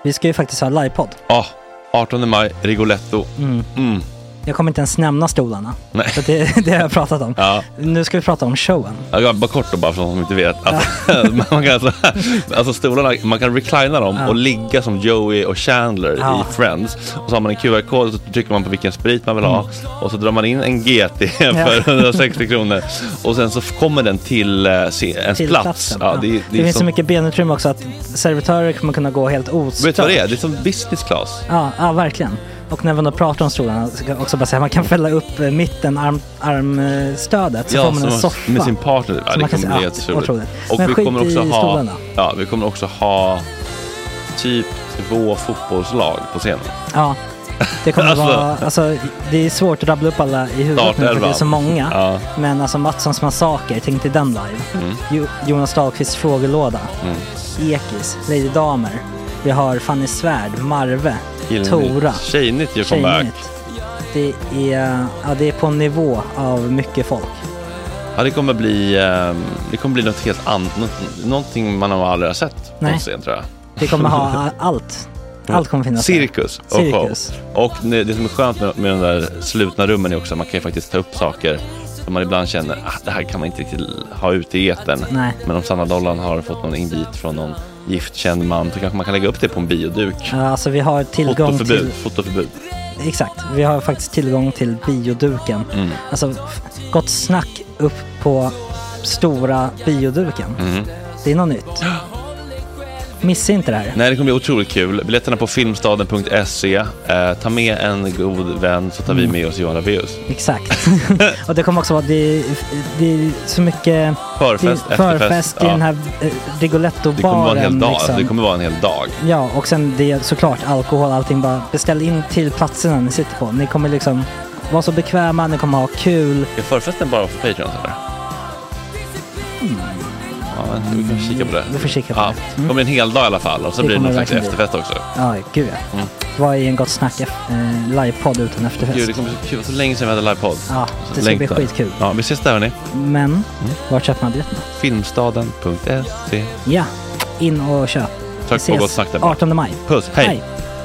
Vi ska ju faktiskt ha livepodd. Ja, 18 maj, Rigoletto. Jag kommer inte ens nämna stolarna. Nej. För det har jag pratat om. Ja. Nu ska vi prata om showen. Ja, bara kort då, bara för de som inte vet. Man kan alltså stolarna, man kan reclina dem och ligga som Joey och Chandler i Friends. Och så har man en QR-kod och så trycker man på vilken sprit man vill ha. Och så drar man in en GT för 160 kronor. Och sen så kommer den till ens plats. Ja, det finns så mycket benutrymme också att servitörer kommer kunna gå helt ostört. Vet du vad det är? Det är som business class. Ja, verkligen. Och när man då pratar om stolarna så kan också bara säga att man kan fälla upp mitten armstödet så får man en soffa med sin partner. Ja, det kommer bli helt otroligt. Och men vi kommer också stolarna. vi kommer också ha typ 2 fotbollslag på scenen. Ja. Det kommer vara, alltså det är svårt att rabbla upp alla i huvudet nu för det är så många. Ja. Men alltså Mattssons massaker, tänk till den live. Jonas Dahlqvists frågelåda. Ekis, Lady Damer. Vi har Fanny Svärd, Marve, Tora. Tjejnytt gör comeback. Det är på en nivå av mycket folk. Ja, det kommer bli något helt annat. Någonting man har aldrig sett på scen, tror jag. Vi kommer ha allt. Allt kommer finnas. Cirkus. Och det som är skönt med de där slutna rummen är också att man kan ju faktiskt ta upp saker som man ibland känner det här kan man inte riktigt ha ute i etern. Nej. Men om Sanna Dollan har fått någon invit från någon giftkänd man så kanske man kan lägga upp det på en bioduk. Ja, alltså vi har tillgång Fotoförbud. Exakt, vi har faktiskt tillgång till bioduken. Alltså gott snack upp på stora bioduken. Det är något nytt. Missa inte det här. Nej, det kommer bli otroligt kul. Biljetterna på filmstaden.se. Ta med en god vän så tar vi med oss Johan Rabaeus. Exakt. Och det kommer också vara det är så mycket förfest i den här Rigoletto-baren. Det kommer vara en hel dag. Liksom. Det kommer vara en hel dag. Ja, och sen det är såklart alkohol, allting. Bara beställ in till platserna ni sitter på. Ni kommer liksom vara så bekväma, ni kommer ha kul. Är förfesten bara för Patreon eller? Ja, vi kan kika på det. Vi får kika på det. Det kommer en hel dag i alla fall. Och så blir det någon slags efterfest också. Ja, gud ja. Vad är en gott snack livepodd utan efterfest? Gud, det kommer bli så länge sedan vi hade livepodd. Ja, det ska bli skitkul. Ja, vi ses där hörni. Men, var köper man biljetterna? Filmstaden.se. Ja, in och köp. Tack på gott snack där. 18 maj. Puss, hej.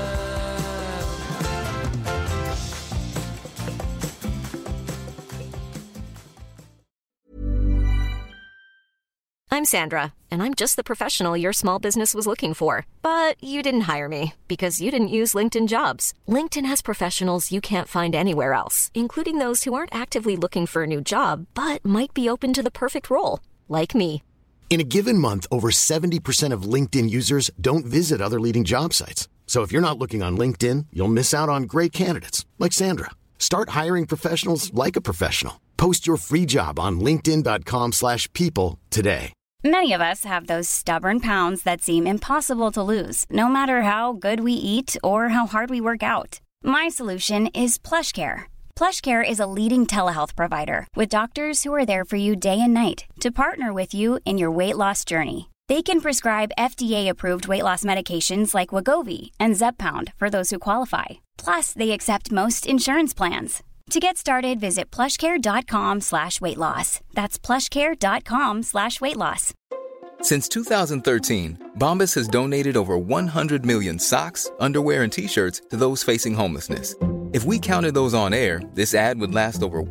I'm Sandra, and I'm just the professional your small business was looking for. But you didn't hire me because you didn't use LinkedIn Jobs. LinkedIn has professionals you can't find anywhere else, including those who aren't actively looking for a new job, but might be open to the perfect role, like me. In a given month, over 70% of LinkedIn users don't visit other leading job sites. So if you're not looking on LinkedIn, you'll miss out on great candidates, like Sandra. Start hiring professionals like a professional. Post your free job on linkedin.com/people today. Many of us have those stubborn pounds that seem impossible to lose, no matter how good we eat or how hard we work out. My solution is PlushCare. PlushCare is a leading telehealth provider with doctors who are there for you day and night to partner with you in your weight loss journey. They can prescribe FDA-approved weight loss medications like Wegovy and Zepbound for those who qualify. Plus, they accept most insurance plans. To get started, visit plushcare.com/weightloss. That's plushcare.com/weightloss. Since 2013, Bombas has donated over 100 million socks, underwear, and T-shirts to those facing homelessness. If we counted those on air, this ad would last over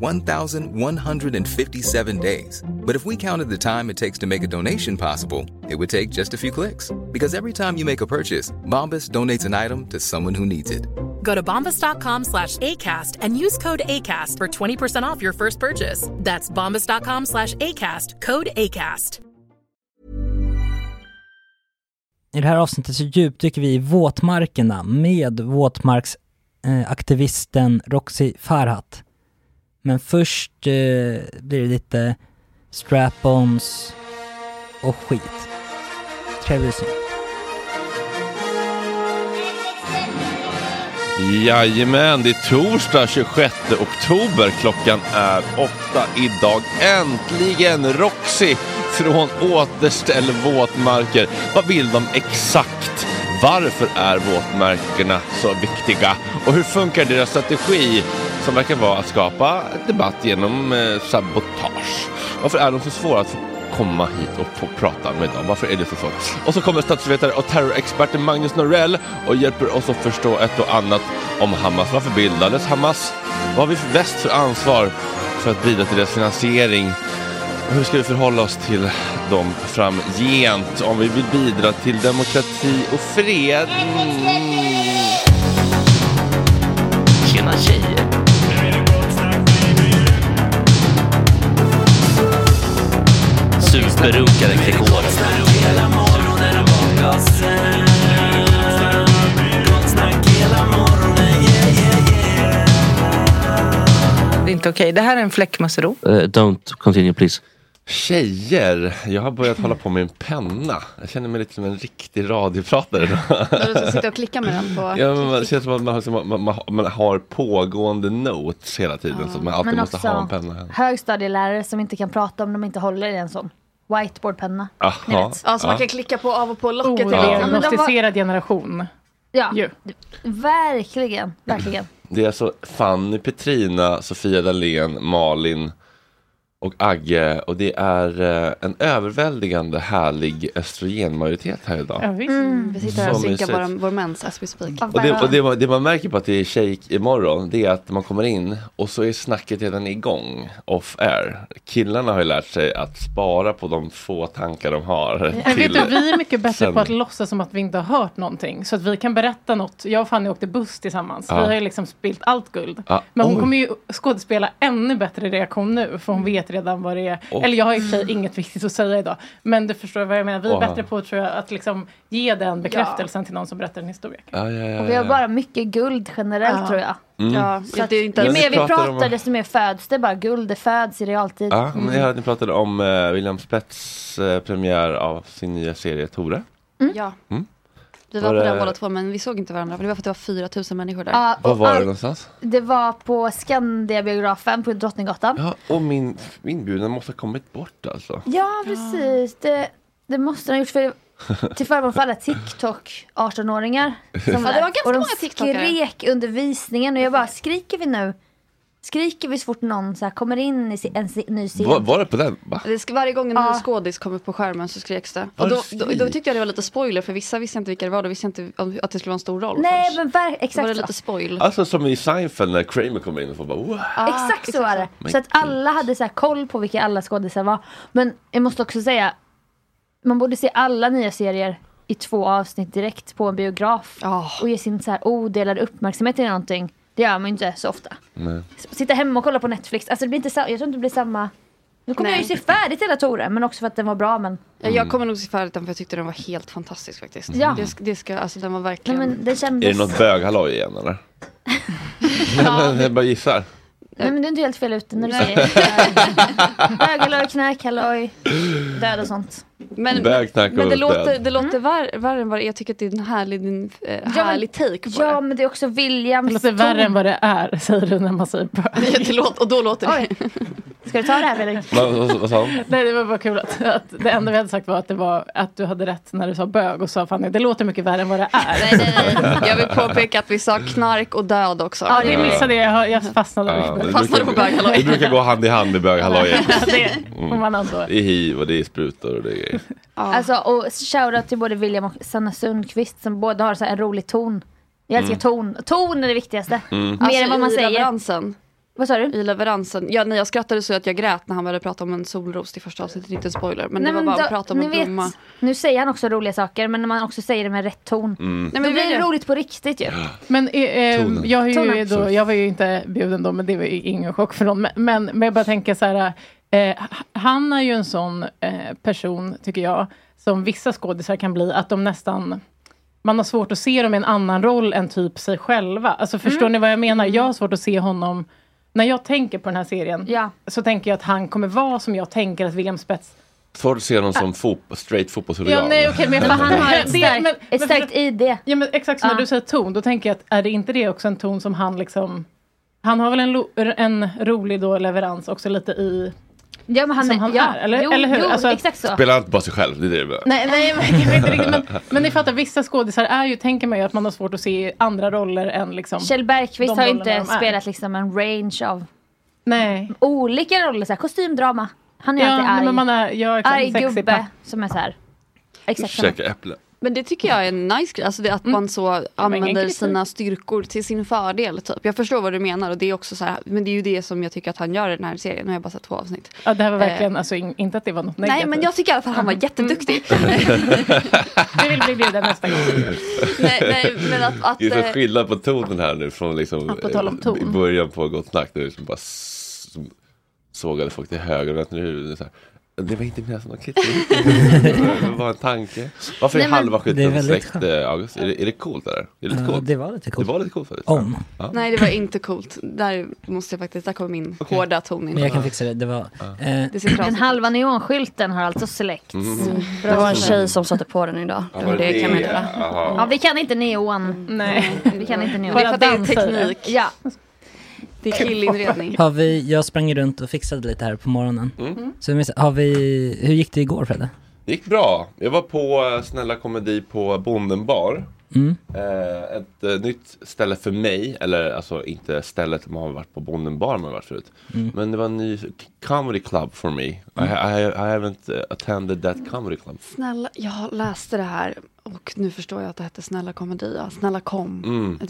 1,157 days. But if we counted the time it takes to make a donation possible, it would take just a few clicks. Because every time you make a purchase, Bombas donates an item to someone who needs it. Go to bombas.com/ACAST and use code ACAST for 20% off your first purchase. That's bombas.com/ACAST, code ACAST. I det här avsnittet så djupdyker vi i våtmarkerna med våtmarksaktivisten Roxy Farhat. Men först blir det lite strap-ons och skit. Trevlig lyssning. Jajamän, det är torsdag 26 oktober. Klockan är 8 idag. Äntligen Roxy från Återställ våtmarker. Vad vill de exakt? Varför är våtmarkerna så viktiga? Och hur funkar deras strategi som verkar vara att skapa debatt genom sabotage? Varför är de så svåra att få komma hit och få prata med dem. Varför är det så svårt? Och så kommer statsvetare och terrorexperten Magnus Norell och hjälper oss att förstå ett och annat om Hamas. Varför bildades Hamas? Vad har vi för väst för ansvar för att bidra till deras finansiering? Och hur ska vi förhålla oss till dem framgent om vi vill bidra till demokrati och fred? Tjena tjejer! Superrunkade Gregoren. Det är inte okej. Det här är en fläckmussero. Don't continue please. Tjejer, jag har börjat hålla på med en penna. Jag känner mig lite som en riktig radiopratare. Du ska sitta och klicka med den på... Ja, men det känns som att man har pågående notes hela tiden. Så att man alltid men måste ha en penna. Högstadielärare som inte kan prata om de inte håller i en sån whiteboardpenna. Ja, så man kan klicka på av och på locket. Diagnostiserad generation. Ja, verkligen. Det är alltså Fanny, Petrina, Sofia Dalén, Malin och Agge, och det är en överväldigande härlig östrogenmajoritet här idag. Ja, vi sitter här och synkar vår mens as we speak. Och det man märker på att det är shake imorgon, det är att man kommer in och så är snacket redan igång off air. Killarna har ju lärt sig att spara på de få tankar de har. Vi är mycket bättre på att låtsas som att vi inte har hört någonting, så att vi kan berätta något. Jag och Fanny åkte buss tillsammans. Vi har ju liksom spilt allt guld. Men hon kommer ju skådespela ännu bättre reaktion nu, för hon vet redan vad det är. Eller jag har i och för sig inget viktigt att säga idag. Men du förstår vad jag menar. Vi är bättre på, tror jag, att liksom ge den bekräftelsen till någon som berättar en historia. Och vi har bara mycket guld generellt, tror jag. Ja, så att, ju mer vi pratar, desto mer föds det. Bara guld, det föds i realtid. Ja, men jag hörde att ni pratade om William Spets premiär av sin nya serie Tore. Ja. Vi var på den båda två, men vi såg inte varandra. För det var för att det var 4000 människor där. Var var det någonstans? Det var på Skandia-biografen på Drottninggatan. Ja, och min inbjudan måste ha kommit bort alltså. Ja, precis. Det måste ha gjort för till förmån för alla TikTok 18-åringar. Det var ganska många TikTokare. Och de skrek under visningen och jag bara, skriker vi nu? Skriker vi så fort någon så här kommer in i en ny scen? Var det på den? Varje gång en ny skådis kommer på skärmen så skreks det. Och då tyckte jag det var lite spoiler, för vissa visste inte vilka det var. Då visste jag inte att det skulle vara en stor roll. Nej, men exakt så. Var det lite spoil. Alltså som i Seinfeld när Kramer kommer in och får bara wow. Exakt så var det. Så att alla hade så här koll på vilka alla skådisar var. Men jag måste också säga, man borde se alla nya serier i 2 avsnitt direkt på en biograf. Och ge sin så här odelade uppmärksamhet till någonting. Det gör man inte så ofta. Nej. Sitta hemma och kolla på Netflix. Alltså det blir inte jag tror inte det blir samma. Nu kommer jag ju se färdigt hela Tore, men också för att den var bra. Men... Jag kommer nog se färdigt den, för jag tyckte den var helt fantastisk faktiskt. Ja. Den var verkligen... Nej, men det kändes... Är det något böghalloj igen eller? Nej, jag bara gissar. Nej, men du är inte helt fel ute när du säger böghalloj, knäkhalloj, död och sånt. Men det låter värre än vad det är. Jag tycker att det är en härlig take på det. Ja, men det är också Williams. Det låter värre än vad det är, säger du när man säger bög. Och då låter det. Ska du ta det här, Felix? Vad sa hon? Nej, det var bara kul att det enda vi hade sagt var att det var att du hade rätt när du sa bög, och sa Fanny, det låter mycket värre än vad det är. Nej. Jag vill påpeka att vi sa knark och död också. Ja, det missade jag fastnade på böghalloj. Det brukar gå hand i hand i böghallojen. I hiv och det är sprutor och det är... Alltså, och shoutout till både William och Sanna Sundqvist som båda har så här en rolig ton. Jag älskar ton. Ton är det viktigaste. Mer än vad man säger. Leveransen. Vad sa du? I leveransen. Ja, när jag skrattade så att jag grät när han började prata om en solros i första avsnittet. Inte en spoiler, men det var bara att prata om en blomma. Nu säger han också roliga saker, men när man också säger det med rätt ton. Nej, men då blir det roligt på riktigt ju. Men jag var ju inte bjuden då, men det var ju ingen chock för någon. Men jag bara tänker så här, han är ju en sån person, tycker jag, som vissa skådisar kan bli, att de nästan... Man har svårt att se dem i en annan roll än typ sig själva. Alltså förstår ni vad jag menar? Jag har svårt att se honom... När jag tänker på den här serien så tänker jag att han kommer vara som jag tänker att William Spets... Får du se honom som straight fotbollshuligan? Ja, nej, okej, men han har ett starkt ID. Ja, men exakt som när du säger ton, då tänker jag att är det inte det också en ton som han liksom... Han har väl en rolig då leverans också lite i... Ja, men han är, eller hur? Alltså, exakt så. Spelar inte bara sig själv, det är det. Nej, inte riktigt. Men ni fattar, vissa skådisar är ju, tänker man ju att man har svårt att se andra roller än liksom... Kjell Bergqvist har ju inte spelat liksom en range av olika roller, så här, kostymdrama. Han är alltid arg. Men man är, arg gubbe som är så här. Exakt. Käka äpple. Men det tycker jag är en nice grej. Alltså det att man så använder sina styrkor till sin fördel typ. Jag förstår vad du menar och det är också så här, men det är ju det som jag tycker att han gör i den här serien. Nu har jag bara sett 2 avsnitt. Ja, det här var verkligen alltså inte att det var något negativt. Nej, men jag tycker i alla fall att han var jätteduktig. Vi vill bli bjuden nästa gång. Nej, men att det är så skillnad på tonen här nu från liksom ton. I början på Gott Snack där liksom bara sågade folk till höger och nu så här. Det var inte mer som någon klipp. Det var en tanke. Varför är halva skiten släckt, August? Är det coolt där? Är det lite coolt? Det var lite coolt. Det var lite coolt faktiskt. Ja. Nej, det var inte coolt. Där måste jag faktiskt, där kommer min hårda ton in. Men jag kan fixa det. Det var den halva neonskylten har alltså släckt. Det var en tjej som satte på den idag. Det kan man inte. Ja, vi kan inte neon. Nej, vi kan inte neon. Det är för det är teknik. Ja. Det är killinredning. Jag sprang runt och fixade lite här på morgonen. Så hur gick det igår, Fredde? Det gick bra. Jag var på Snälla komedi på Bonden bar. Ett nytt ställe för mig. Eller alltså inte stället man har varit på Bonden bar man har varit förut. Men det var en ny comedy club for me. I haven't attended that comedy club. Snälla, jag läste det här. Och nu förstår jag att det hette Snälla komedi. Ja. Snälla kom.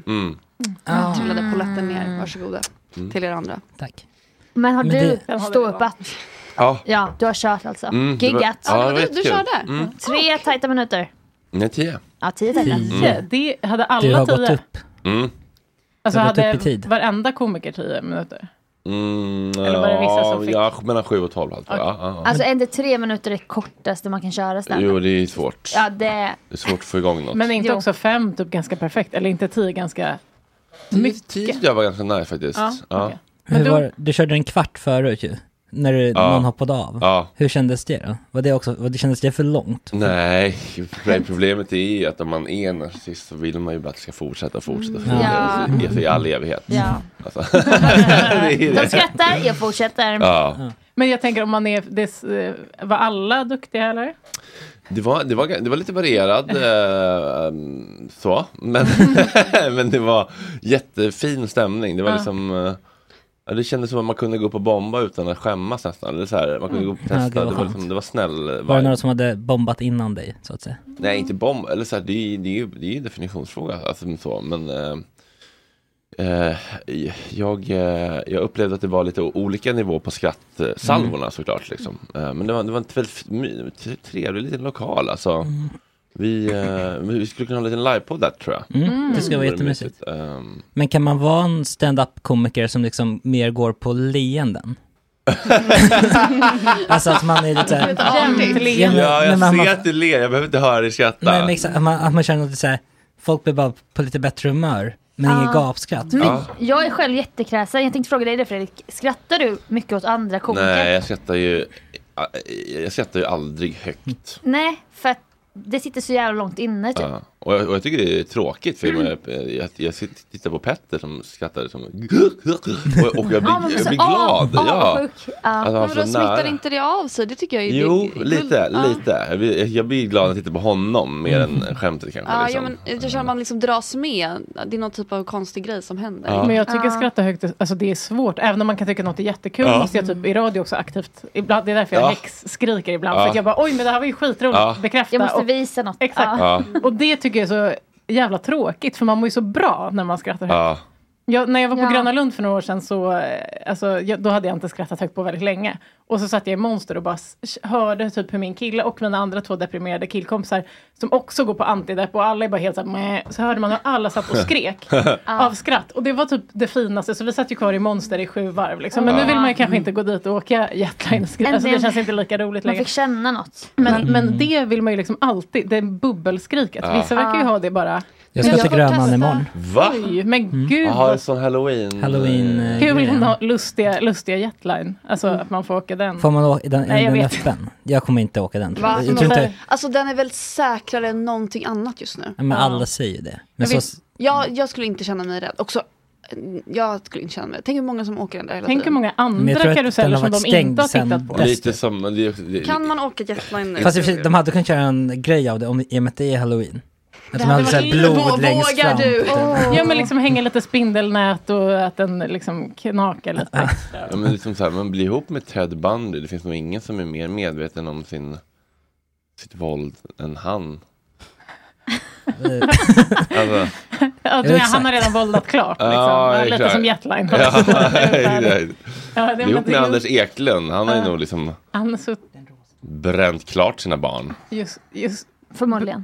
Jag trillade polletten ner. Varsågoda. Till er andra. Tack. Men har du ståuppat? Ja, du har kört alltså. Giggat. Du körde? 3 tajta minuter. Nej, 10. Ja, 10 tajta. Det hade alla 10. Du har gått upp. Alltså hade varenda komiker 10 minuter. Eller var det vissa som fick? Ja, mellan 7 och 12 alltså. Alltså är det 3 minuter det kortaste man kan köra stand-up? Jo, det är svårt. Ja, det är svårt att få igång något. Men inte också 5 typ ganska perfekt? Eller inte 10 ganska mycket? 10 jag var ganska nice faktiskt. Okay. Du körde en kvart förut ju. När någon hoppade av. Hur kändes det då? Kändes det för långt? Nej, problemet är ju att om man är narcissist så vill man ju bara att det ska fortsätta i all evighet. Ja. Alltså. De skrattar, jag fortsätter. Men jag tänker om man var alla duktiga eller? Det var lite varierad så, men det var jättefin stämning. Det var liksom det kändes som att man kunde gå på bomba utan att skämmas nästan. Eller så här, man kunde gå på testa. Det var snäll. Var det några som hade bombat innan dig, så att säga? Nej, inte bomba. Eller så här, det är ju en definitionsfråga. Alltså, så. Men jag upplevde att det var lite olika nivå på skrattsalvorna såklart. Liksom. Men det var en väldigt trevlig liten lokal. Alltså. Vi skulle kunna ha en liten livepodd där, tror jag. Det ska vara jättemysigt. Men kan man vara en stand-up-komiker som liksom mer går på leenden? Alltså att man är lite såhär... jag ser att du ler. Jag behöver inte höra dig skratta. Men exakt, att man känner att såhär, folk blir bara på lite bättre humör. Men ingen gapskratt. Jag är själv jättekräsen. Jag tänkte fråga dig det, Fredrik. Skrattar du mycket åt andra komiker? Nej, jag skrattar ju aldrig högt. Nej, för att det sitter så jävla långt inne typ. Och jag tycker det är tråkigt för jag tittar på Petter som skrattar som och jag blir glad. Men då smittar inte det av sig. Det tycker jag är lite. Jag blir glad att titta på honom mer än skämtet kanske. Ja, men jag känner man liksom dras med. Det är någon typ av konstig grej som händer. Men jag tycker skratta högt, alltså det är svårt. Även om man kan tycka något är jättekul måste jag typ i radio också aktivt. Ibland, det är därför jag skriker ibland. För att jag bara, oj men det här var ju skitroligt. Bekräfta. Jag måste visa något. Exakt. Och det tycker jag är så jävla tråkigt. För man mår ju så bra när man skrattar högt. När jag var på Gröna Lund för några år sedan så då hade jag inte skrattat högt på väldigt länge. Och så satt jag i Monster och bara hörde typ hur min kille och mina andra 2 deprimerade killkompisar som också går på antidepp och alla är bara helt så hörde man hur alla satt och skrek av skratt. Och det var typ det finaste. Så vi satt ju kvar i Monster i 7 varv liksom. Men nu vill man ju kanske inte gå dit och åka jetline och skrika. Alltså det känns inte lika roligt längre. Man fick känna något. Men det vill man ju liksom alltid. Det är bubbelskriket. Vissa verkar ju ha det bara. Jag ska till Grönan imorgon. Va? Oj, men gud. Har sån Halloween. Kul att ha lustiga jetline. Alltså att man får åka den. Får man åka den öppen? Jag kommer inte åka den. Jag tror inte. Alltså den är väl säkrare än någonting annat just nu. Men alla säger det. Men jag skulle inte känna mig rädd. Också jag skulle inte känna mig. Tänk hur många som åker den där hela tiden. Tänk hur många andra karuseller som de inte har tittat på. Lite som, kan man åka jetline? Fast de hade kunnat köra en grej av det i och med att det är Halloween. Att man hade så här blod längst fram. Ja, men liksom hänga lite spindelnät och att den liksom knakar lite extra. Ja, men liksom så här, man blir ihop med Ted Bundy. Det finns nog ingen som är mer medveten om sitt våld än han. Alltså. Han har redan våldat klart. Liksom. Ja, lite som Jetline. Det är ihop med Anders Eklund. Han har ju nog liksom bränt klart sina barn. Just. Förmodligen.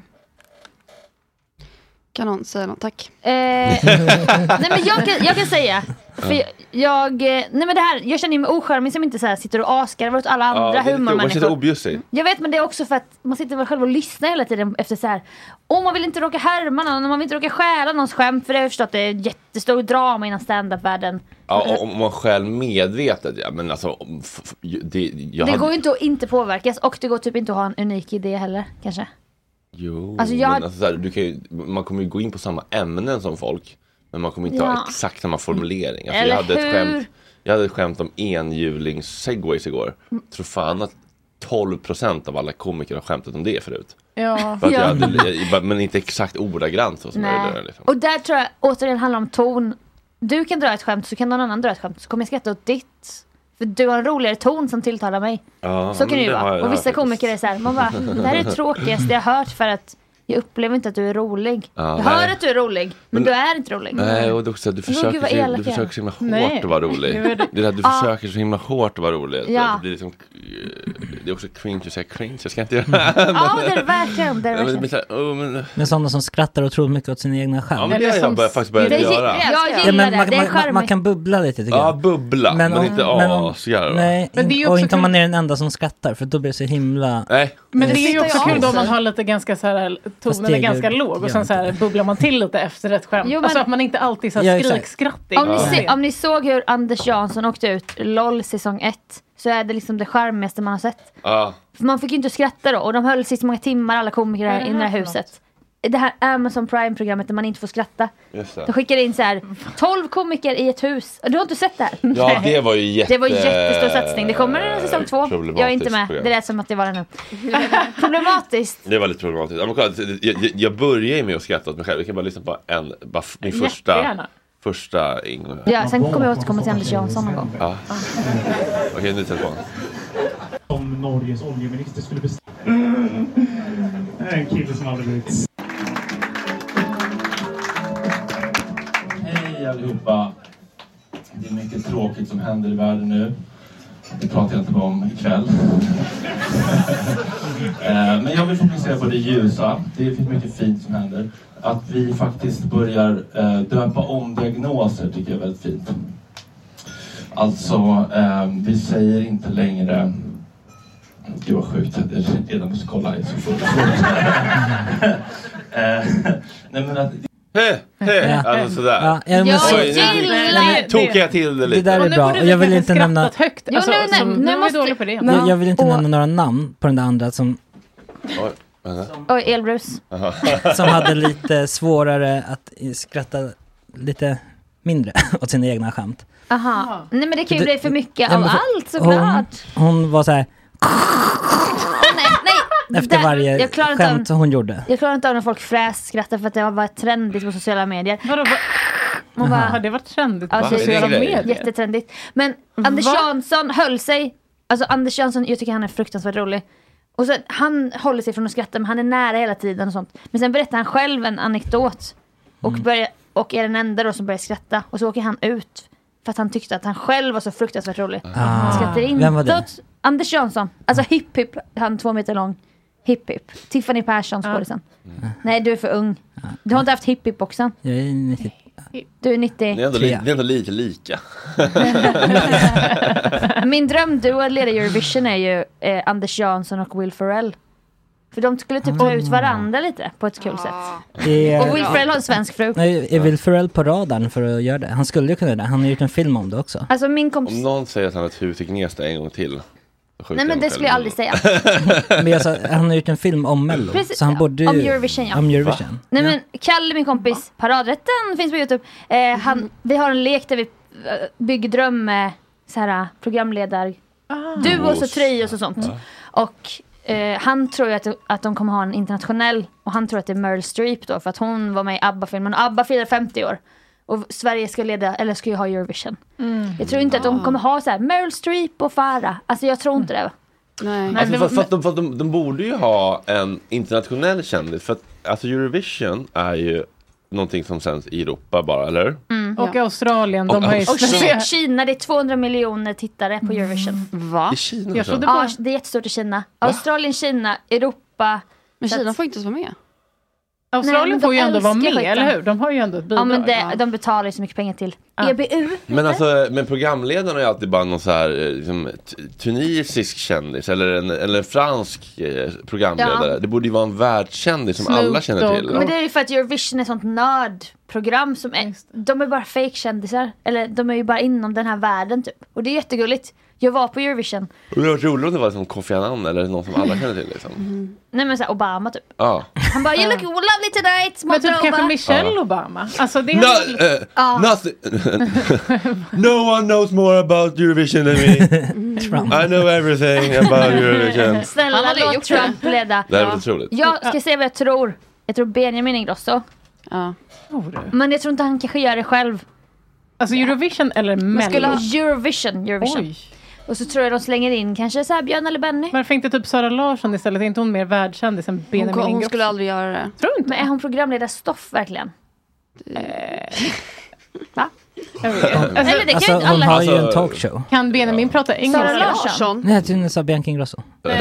Kan någon säga något? Tack. Nej, men jag kan säga. För jag känner mig ocharmig som inte så här sitter och asgarvar åt alla andra humormänniskor. Jag vet, men det är också för att man sitter väl själv och lyssnar hela tiden efter så här. Man vill inte råka härma någon, man vill inte råka stjäla någons skämt, för det har jag förstått att det är jättestor drama innan stand-up-världen. Ja, om man själv medvetet, ja, men alltså det går ju inte att inte påverkas, och det går typ inte att ha en unik idé heller, kanske. Jo, alltså men alltså, så här, man kommer ju gå in på samma ämnen som folk, men man kommer inte ha exakt samma formulering. Alltså, jag hade ett skämt om enhjulings-segways igår. Jag tror fan att 12% av alla komiker har skämtat om det förut. Ja. För att men inte exakt ordagrant så som jag gör. Liksom. Och där tror jag återigen handlar om ton. Du kan dra ett skämt, så kan någon annan dra ett skämt, så kommer jag skratta åt ditt. För du har en roligare ton som tilltalar mig. Så kan det ju vara. Och vissa komiker är så här, man bara, det här är det tråkigaste jag har hört, för att jag upplever inte att du är rolig. Jag hör att du är rolig, men du är inte rolig. Nej, och också, du försöker så himla hårt att vara rolig. Det är att du försöker så himla hårt att vara rolig. Ja. Det blir liksom, det är också cringe att säga cringe. Jag ska inte göra Ja, det är verkligen. Men sådana som skrattar och tror mycket åt sina egna skämt. Ja, men det har jag faktiskt börjat göra. Jag gillar man kan bubbla lite, tycker jag. Ja, bubbla, men inte asgarva. Nej, och inte om man är den enda som skrattar, för då blir det så himla... Nej. Men det är ju också kul då man har lite ganska så här, tonen är ganska låg och sen så här bubblar man till lite efter ett skämt. Jo, men, alltså att man inte alltid så här skrikskrattig. Om ni såg hur Anders Jansson åkte ut LOL säsong 1, så är det liksom det charmigaste man har sett. För man fick ju inte skratta då, och de höll sig så många timmar, alla komiker här i det här huset. Det här Amazon Prime-programmet där man inte får skratta. De skickade in så här 12 komiker i ett hus. Du har inte sett det här? Ja, det var ju det var jättestor satsning. Det kommer en säsong 2. Jag är inte med. Det lät som att det var det nu. Problematiskt. Det var lite problematiskt. Jag börjar ju med att skratta åt mig själv. Jag kan bara lyssna på min första ingång. Ja, sen kommer jag återkomma till Anders Jansson någon gång. Ja. Okej, nu telefon. Om Norges oljeminister skulle bestämma. En kille som aldrig blivit. Hej allihopa. Det är mycket tråkigt som händer i världen nu. Det pratar jag inte bara om ikväll. Men jag vill fokusera på det ljusa. Det finns mycket fint som händer. Att vi faktiskt börjar döpa om diagnoser tycker jag är väldigt fint. Alltså, vi säger inte längre... Det var sjukt, jag redan måste kolla. Jag så fullt. Nej men att... Alltså sådär. Tog jag till det lite. Det där är bra. Och jag vill inte nämna... högt. Alltså, jag vill inte nämna några namn på den där andra som... Oj, elbrus. Som hade lite svårare att skratta lite mindre åt sina egna skämt. Aha. Nej, men det kan ju bli för mycket av allt, såklart. Hon var så här... Nej. Efter varje skämt hon gjorde. Jag klarar inte av när folk frässkrattar, för att det var trendigt på sociala medier. Har det varit trendigt på sociala medier? Jättetrendigt. Men Anders Jansson höll sig... Alltså Anders Jansson, jag tycker han är fruktansvärt rolig. Och så, han håller sig från att skratta, men han är nära hela tiden och sånt. Men sen berättar han själv en anekdot och är den enda då som börjar skratta. Och så åker han ut för att han tyckte att han själv var så fruktansvärt rolig. Han skrattar inte. Vem var det? Anders Jansson. Alltså Hipp, han 2 meter lång. Hipp. Tiffany Persson skådisen. Nej, du är för ung. Du har inte haft Hipp också. Jag är 90. Du är 90. Det är ändå lite lika. Min drömduo att leda Eurovision är ju Anders Jansson och Will Ferrell. För de skulle typ ta ut varandra lite på ett kul sätt. Och Will Ferrell har en svensk fru. Är Will Ferrell på radarn för att göra det? Han skulle ju kunna göra det. Han har gjort en film om det också. Alltså min kompis... Om någon säger att han har ett hus i Gnesta en gång till. Nej, men det skulle jag aldrig säga. Men jag sa, han har gjort en film om Mello. Precis, så han borde om Eurovision, ja. Om Eurovision. Nej, men Kalle, min kompis, Paradrätten finns på YouTube. Vi har en lek där vi bygger dröm med så här programledare. Du och så trios och sånt. Och han tror ju att de kommer ha en internationell, och han tror att det är Meryl Streep då, för att hon var med i ABBA-filmen och ABBA firar 50 år. Och Sverige ska ju ha Eurovision. Jag tror inte att de kommer ha så här Meryl Streep och Farah. Alltså jag tror inte det. Nej. Alltså, för att de borde ju ha en internationell kändis. För att alltså Eurovision är ju någonting som sänds i Europa bara, eller? Och Australien. Och Kina, det är 200 miljoner tittare på Eurovision. Va? I Kina? Ja, det är jättestort i Kina. Australien, Kina, Europa. Men Kina får inte vara med. Australien får ju ändå vara med, eller hur? De har ju ändå ett bidrag. Ja, men de betalar ju så mycket pengar till EBU. Men programledarna är alltid bara någon så här liksom, tunisisk kändis eller en fransk programledare. Ja. Det borde ju vara en världskändis som alla känner till. Men det är ju för att Eurovision är ett sånt nördprogram som de är bara fake-kändisar. Eller de är ju bara inom den här världen typ. Och det är jättegulligt. Jag var på Eurovision. Och det var roligt om det var som Kofi Annan eller någon som alla känner till liksom. Nej men såhär Obama typ. Ja. Han bara, you look lovely tonight. Men typ kanske Michelle Obama. Alltså det No one knows more about Eurovision than me. I know everything about Eurovision. Snälla låt Trump leda. Det är otroligt. Jag ska säga vad jag tror. Jag tror Benjamin Ingrosso. Ja. Men jag tror inte han kanske gör det själv. Alltså Eurovision eller Mello? Eurovision. Oj. Och så tror jag de slänger in kanske så här Björn eller Benny. Varför inte typ Sara Larsson istället? Är inte hon mer världskändis än Benjamin Ingrosso? Hon skulle aldrig göra det. Tror inte. Men är hon programledarstoff verkligen? Va? Eller det kan hon har ju en talkshow. Kan Benjamin prata engelska? Sara Larsson? Nej, du sa Bianca Ingrosso.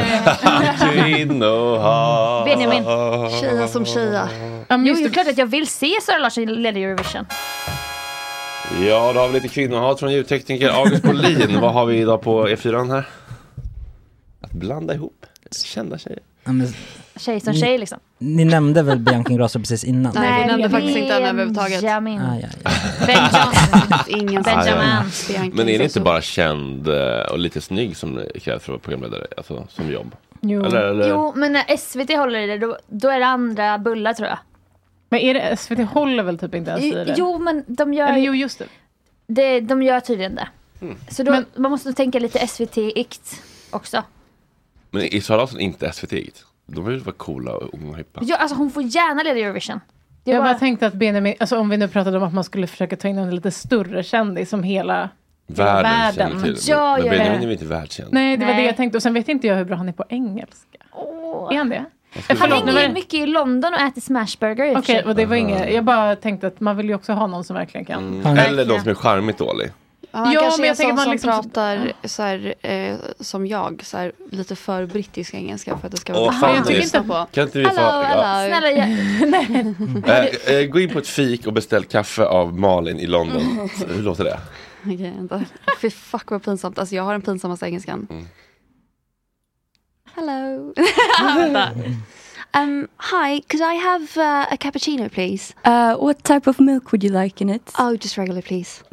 Benjamin. Tjeja som tjeja. Jo, det är klart att jag vill se Sara Larsson leda Eurovision. Ja, då har vi lite kvinnohat från ljudtekniker August Bolin. Vad har vi idag på E4 här? Att blanda ihop kända tjejer. Ja, men, tjej som tjej liksom. Ni nämnde väl Bianca Ingrosso precis innan? Nej, vi nämnde faktiskt inte henne överhuvudtaget. Benjamin. Men är det inte bara känd och lite snygg som krävs för att vara programledare? Alltså som jobb? Jo, eller? Jo, men när SVT håller i det, då är det andra bullar tror jag. Men är det SVT håller väl typ inte ens i det? Jo, men de gör... Eller jo, just det. De gör tydligen det. Så då, man måste tänka lite SVT-ikt också. Men är Sara Larsson inte SVT-igt? De vill vara coola och unga och hippa. Ja, alltså hon får gärna leda Eurovision. Jag bara tänkte att Benjamin, alltså om vi nu pratade om att man skulle försöka ta in en lite större kändis som hela världen. Till. Ja, men Benjamin är inte världskänd. Nej, det var det jag tänkte. Och sen vet inte jag hur bra han är på engelska. Är han det? Han hänger mycket i London och äter smashburger. Okej, och det var inget. Jag bara tänkte att man vill ju också ha någon som verkligen kan. Eller de som är charmigt dålig. Ja, men jag tänker man liksom pratar så här, som jag, så här, lite för brittisk engelska för att det ska vara jag tycker inte på. Kan inte vi Snälla, gå in på ett fik och beställ kaffe av Malin i London. Hur låter det? Okej, fy fuck vad pinsamt. Alltså jag har den pinsammaste engelskan. Hello. Hi, could I have a cappuccino, please? What type of milk would you like in it? Oh, just regular, please.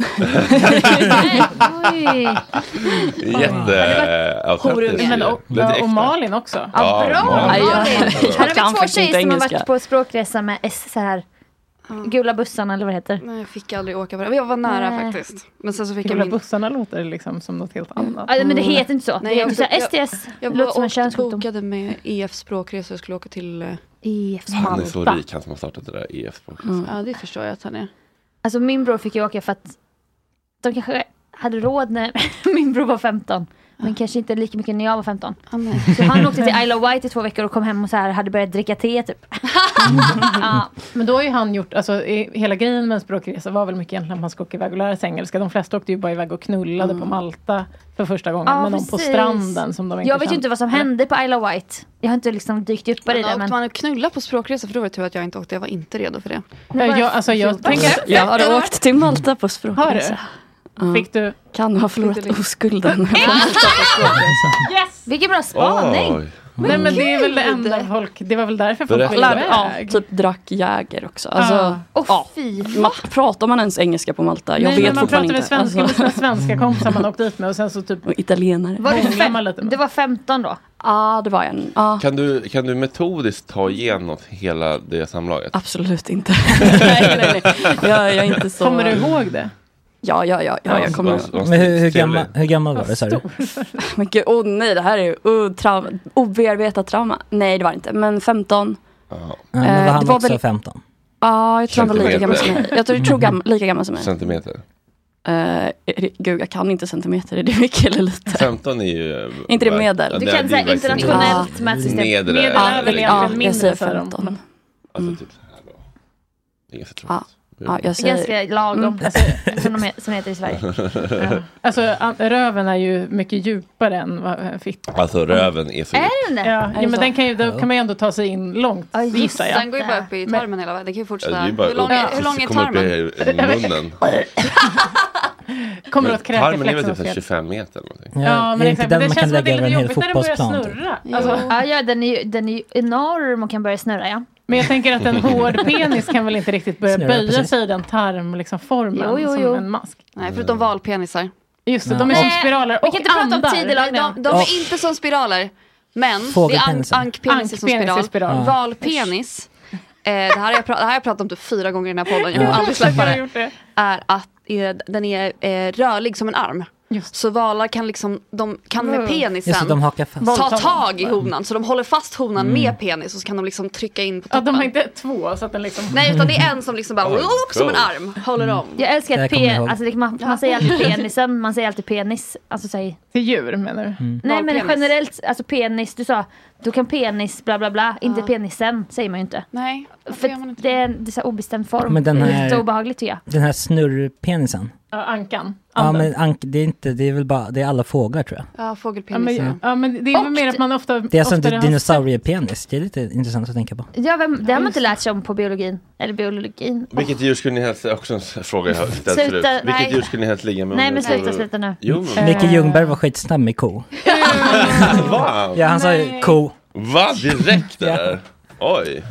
Och Malin också. Ja, bra. Här har vi två tjejer som har varit på språkresa med så här gula bussarna eller vad det heter. Nej, jag fick aldrig åka på det. Jag var nära faktiskt. Men sen så fick gula bussarna låter liksom som något helt annat. Ja, men det heter inte så. Nej, det heter STS. Jag låter som en könssjukdom. Jag bokade med EF språkresa och skulle åka till EF Malta. Han är så rik, han som har startat det där EF språkresa. Ja, det förstår jag att han är. Alltså min bror fick ju åka för att de kanske hade råd när min bror var 15. Men kanske inte lika mycket när jag var 15. Så han åkte till Isle of Wight i 2 veckor och kom hem och så här hade börjat dricka te typ. Men då har ju han gjort, alltså hela grejen med en språkresa var väl mycket egentligen att man ska åka iväg och lära sig engelska. De flesta åkte ju bara iväg och knullade på Malta för första gången. Men de på stranden som de inte jag vet ju inte vad som hände på Isle of Wight. Jag har inte liksom dykt upp på det där. Men man knulla på språkresa, för då vet jag att jag inte åkte. Jag var inte redo för det. Jag har åkt till Malta på språkresa. Fick du? Kan ha förlorat oskulden. Yes! Vilken bra spaning. Nej, men det är väl det enda folk. Det var väl därför folk ville iväg. Typ drack Jäger också. Alltså, pratar man ens engelska på Malta? Jag vet fortfarande inte. Man pratar med svenska kompisar man åkte dit med och sen så typ och italienare. Det var 15 då? Ja, det var en. Kan du metodiskt ta igenom hela det samlaget? Absolut inte. nej. Jag är inte så. Kommer du ihåg det? Ja, jag kommer ihåg. Men hur gammal var det, sa du? Men gud, nej, det här är obearbetat trauma. Nej, det var inte, men 15. Men var han också 15? Ja, jag tror han var lika gammal som mig. Jag tror lika gammal som mig. Centimeter? Gud, jag kan inte centimeter. Är det mycket eller lite? 15 är ju... Inte det medel? Du kan säga internationellt mätsystem. Medel är väl egentligen mindre. Jag säger 15. Alltså typ så här då. Det är ganska tråkigt. Ja, jag säger... Ganska lagom, som heter i Sverige. Alltså, röven är ju mycket djupare än fitt. Alltså, röven är så djup. Är den det? Ja, men den kan ju, då kan man ju ändå ta sig in långt, gissar jag. Den går ju bara upp i tarmen hela vägen. Det kan ju fortsätta. Hur lång är tarmen? I munnen. Kommer att kräka tarmen är väl typ 25 meter eller någonting. Ja, men exakt. Den Det man kan känns som att det lägga är över lite en hel jobbigt när den börjar fotbollsplan. snurra. Ja, den är ju enorm och kan börja snurra, ja. Men jag tänker att en hård penis kan väl inte riktigt börja böja sig i den tarmformen som en mask. Nej, förutom valpenisar. Just det, de är som spiraler. Vi kan inte prata om tidelag nu. De är inte som spiraler. Men det är ankpenis som spiral. Valpenis, det här har jag pratat om typ 4 gånger i den här podden. Jag kommer aldrig släppa det. Är att den är rörlig som en arm. Just. Så valar kan liksom, de kan med penisen ta tag i honan. Så de håller fast honan med penis och så kan de liksom trycka in på toppen. Ja, de har inte 2 så att den liksom... Nej, utan det är en som liksom bara som en arm håller om. Jag älskar att alltså, man säger alltid penisen, man säger alltid penis. Alltså säg... Till djur menar du? Nej, men generellt, alltså penis, du sa, du kan penis bla bla bla, inte penisen säger man ju inte. Nej, för det är så obestämd form. Men den här, det är lite obehagligt tycker jag. Den här snurrpenisen. Ja, ankan. Ja, men det är väl bara, det är alla fåglar tror jag. Ja, fågelpenis. Ja, men det är väl mer att man ofta... Det är alltså inte dinosauriepenis, det är lite intressant att tänka på. Ja, det har man inte lärt sig om på biologin. Eller biologin. Vilket djur skulle ni helst, också en fråga jag har ställt förut. Vilket djur skulle ni helst ligga med? Nej, men sluta nu. Micke Ljungberg var skitsnabb med ko. Va? Ja, han sa ju ko. Va? Direkt där? Oj.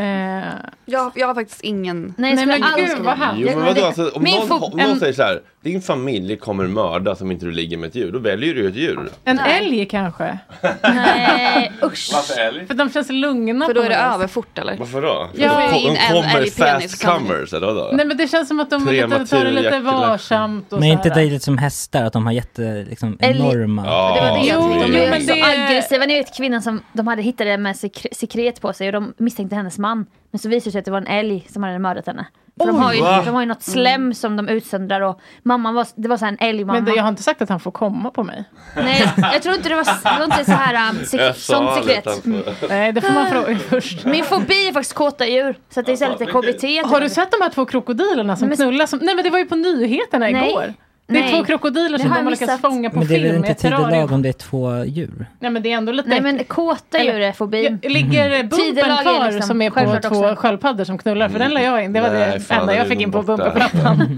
Jag har faktiskt ingen... Nej, men gud vad han. Jo, men vadå, alltså, om någon säger så här, din familj kommer mörda som inte du ligger med ett djur, då väljer du ett djur. En älg kanske? Nej, usch. Varför älg? För de känns lugna. För då är det över fort, eller? Varför då? Ja, de kommer fast comers, eller vadå? Nej, men det känns som att de tar det lite varsamt. Och men inte det lite som hästar, att de har jätte, liksom, enorma... Ja, det var det jag tänkte. Jo, men det är aggressiva. Ni vet kvinnan som de hade hittade med sekret på sig och de misstänkte hennes man. Men så visade det sig att det var en älg som hade mördat henne. För de har ju något slem som de utsöndrar och det var så här en älgmamma. Men jag har inte sagt att han får komma på mig. Nej, jag tror inte det var inte så här sånt sekret. Nej, det får man fråga först. Min fobi är faktiskt kåta djur. Så att det är så lite KBT. Har du sett de här 2 krokodilerna som knullar? Nej, men det var ju på nyheterna igår. Det är 2 krokodiler som de har lyckats fånga på film. Men det är väl inte tidelag om det är 2 djur? Nej, men det är ändå lite... Nej, men kåta djur är fobi. Ligger bumpen kvar liksom, som är på 2 sköldpaddor som knullar? För den la jag in. Det var det enda jag fick in på bumperplattan.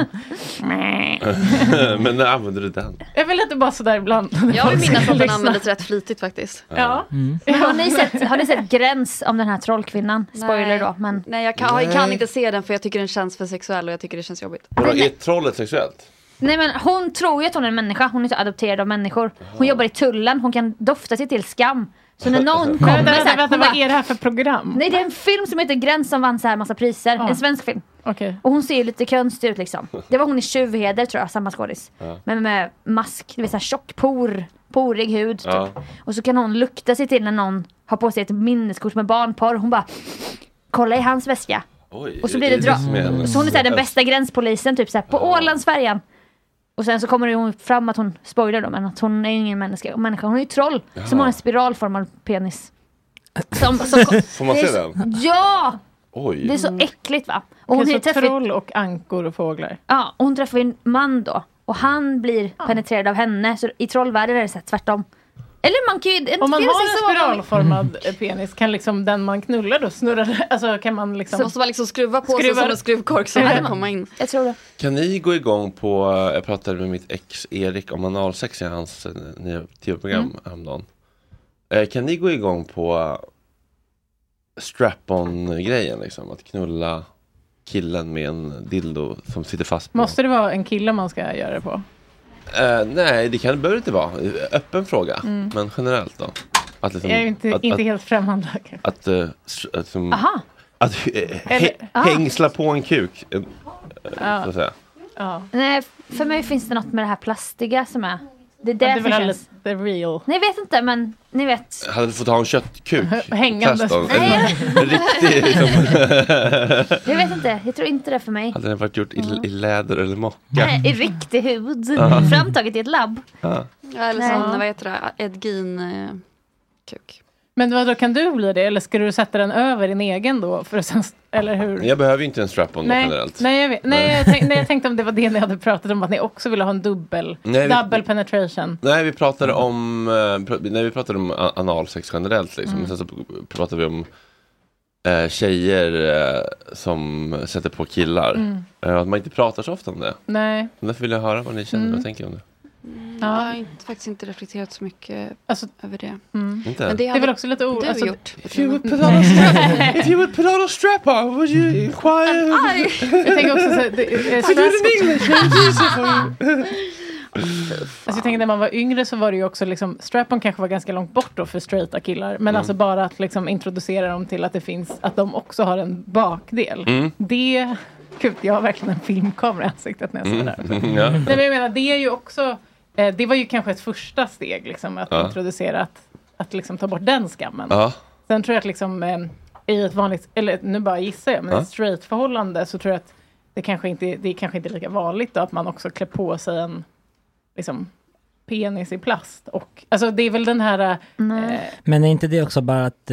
Men när använder du den? Jag vill inte bara sådär ibland. Jag vill minnas att den användes rätt flitigt faktiskt. Ja. Har ni sett Gräns om den här trollkvinnan? Spoiler då. Men... Nej, jag kan inte se den för jag tycker den känns för sexuell och jag tycker det känns jobbigt. Är trollet sexuellt? Nej, men hon tror ju att hon är en människa. Hon är inte adopterad av människor. Hon jobbar i tullen. Hon kan dofta sig till skam. Så när någon kommer vänta, vad är det här för program? Nej, det är en film som heter Gräns som vann så här massa priser. En svensk film. Okay. Och hon ser lite konstig ut liksom. Det var hon i Tjuvheder tror jag, samma skådis. Men med mask, det vill säga tjock porig hud typ. Och så kan hon lukta sig till när någon har på sig ett minneskort med barnporr. Hon bara, kolla i hans väska. Oj, och så blir det så hon är så här, den bästa gränspolisen typ så här, på Ålandsfärjan. Och sen så kommer det fram att hon spoilar då, men att hon är ingen människa. Hon är ju troll som har en spiralformad penis. Får man se den? Ja! Oj. Det är så äckligt va? Och hon är troll och ankor och fåglar. Ja, och hon träffar en man då. Och han blir penetrerad av henne. Så i trollvärlden är det så tvärtom. Eller man kan ju... Om man har en spiralformad penis, kan liksom den man knullar då snurra, alltså kan man liksom... Så måste man liksom skruva på sig som en skruvkork så kan komma in. Jag tror det. Kan ni gå igång på, jag pratade med mitt ex Erik om analsex i hans nya tv-program häromdagen. Kan ni gå igång på strap-on-grejen liksom, att knulla killen med en dildo som sitter fast på? Måste det vara en kille man ska göra det på? Nej, det behöver inte vara. Öppen fråga, men generellt då. Att liksom, jag är inte helt främmande. Att hängsla på en kuk. Så att säga. Nej, för mig finns det något med det här plastiga som är... Det är det som känns... The real. Nej, jag vet inte, men ni vet. Hade du fått ha en köttkuk? Hängande. En riktig liksom. Jag vet inte, jag tror inte det för mig. Hade den varit gjort i läder eller mocka? Nej, i riktig hud. Framtaget i ett labb. Eller sån, vad heter det? Edgin kuk. Men då kan du bli det? Eller ska du sätta den över din egen då? För att sen, eller hur? Jag behöver ju inte en strap-on generellt. Nej, jag vet. Jag tänkte om det var det ni hade pratat om. Att ni också ville ha en double penetration. Nej, vi pratade om analsex generellt. Liksom. Men sen så pratade vi om tjejer som sätter på killar. Att man inte pratar så ofta om det. Nej. Därför vill jag höra vad ni känner och tänker om det. Jag har faktiskt inte reflekterat så mycket över det. Inte? Men det är väl också lite gjort. If you would put on a strap on, would you inquire? Jag tänker också så jag tänker när man var yngre så var det ju också liksom, strap-on kanske var ganska långt bort då för straighta killar. Men alltså bara att liksom introducera dem till att det finns, att de också har en bakdel. Det... Gud, jag har verkligen en filmkamera i ansiktet när jag säger det där. Nej, men jag menar, det är ju också... det var ju kanske ett första steg liksom, att introducera att liksom ta bort den skammen. Sen tror jag att liksom, i ett vanligt... Eller nu bara gissar jag, men i ett straight-förhållande så tror jag att det är kanske inte lika vanligt då, att man också klär på sig en liksom, penis i plast. Och, alltså det är väl den här... Men är inte det också bara att...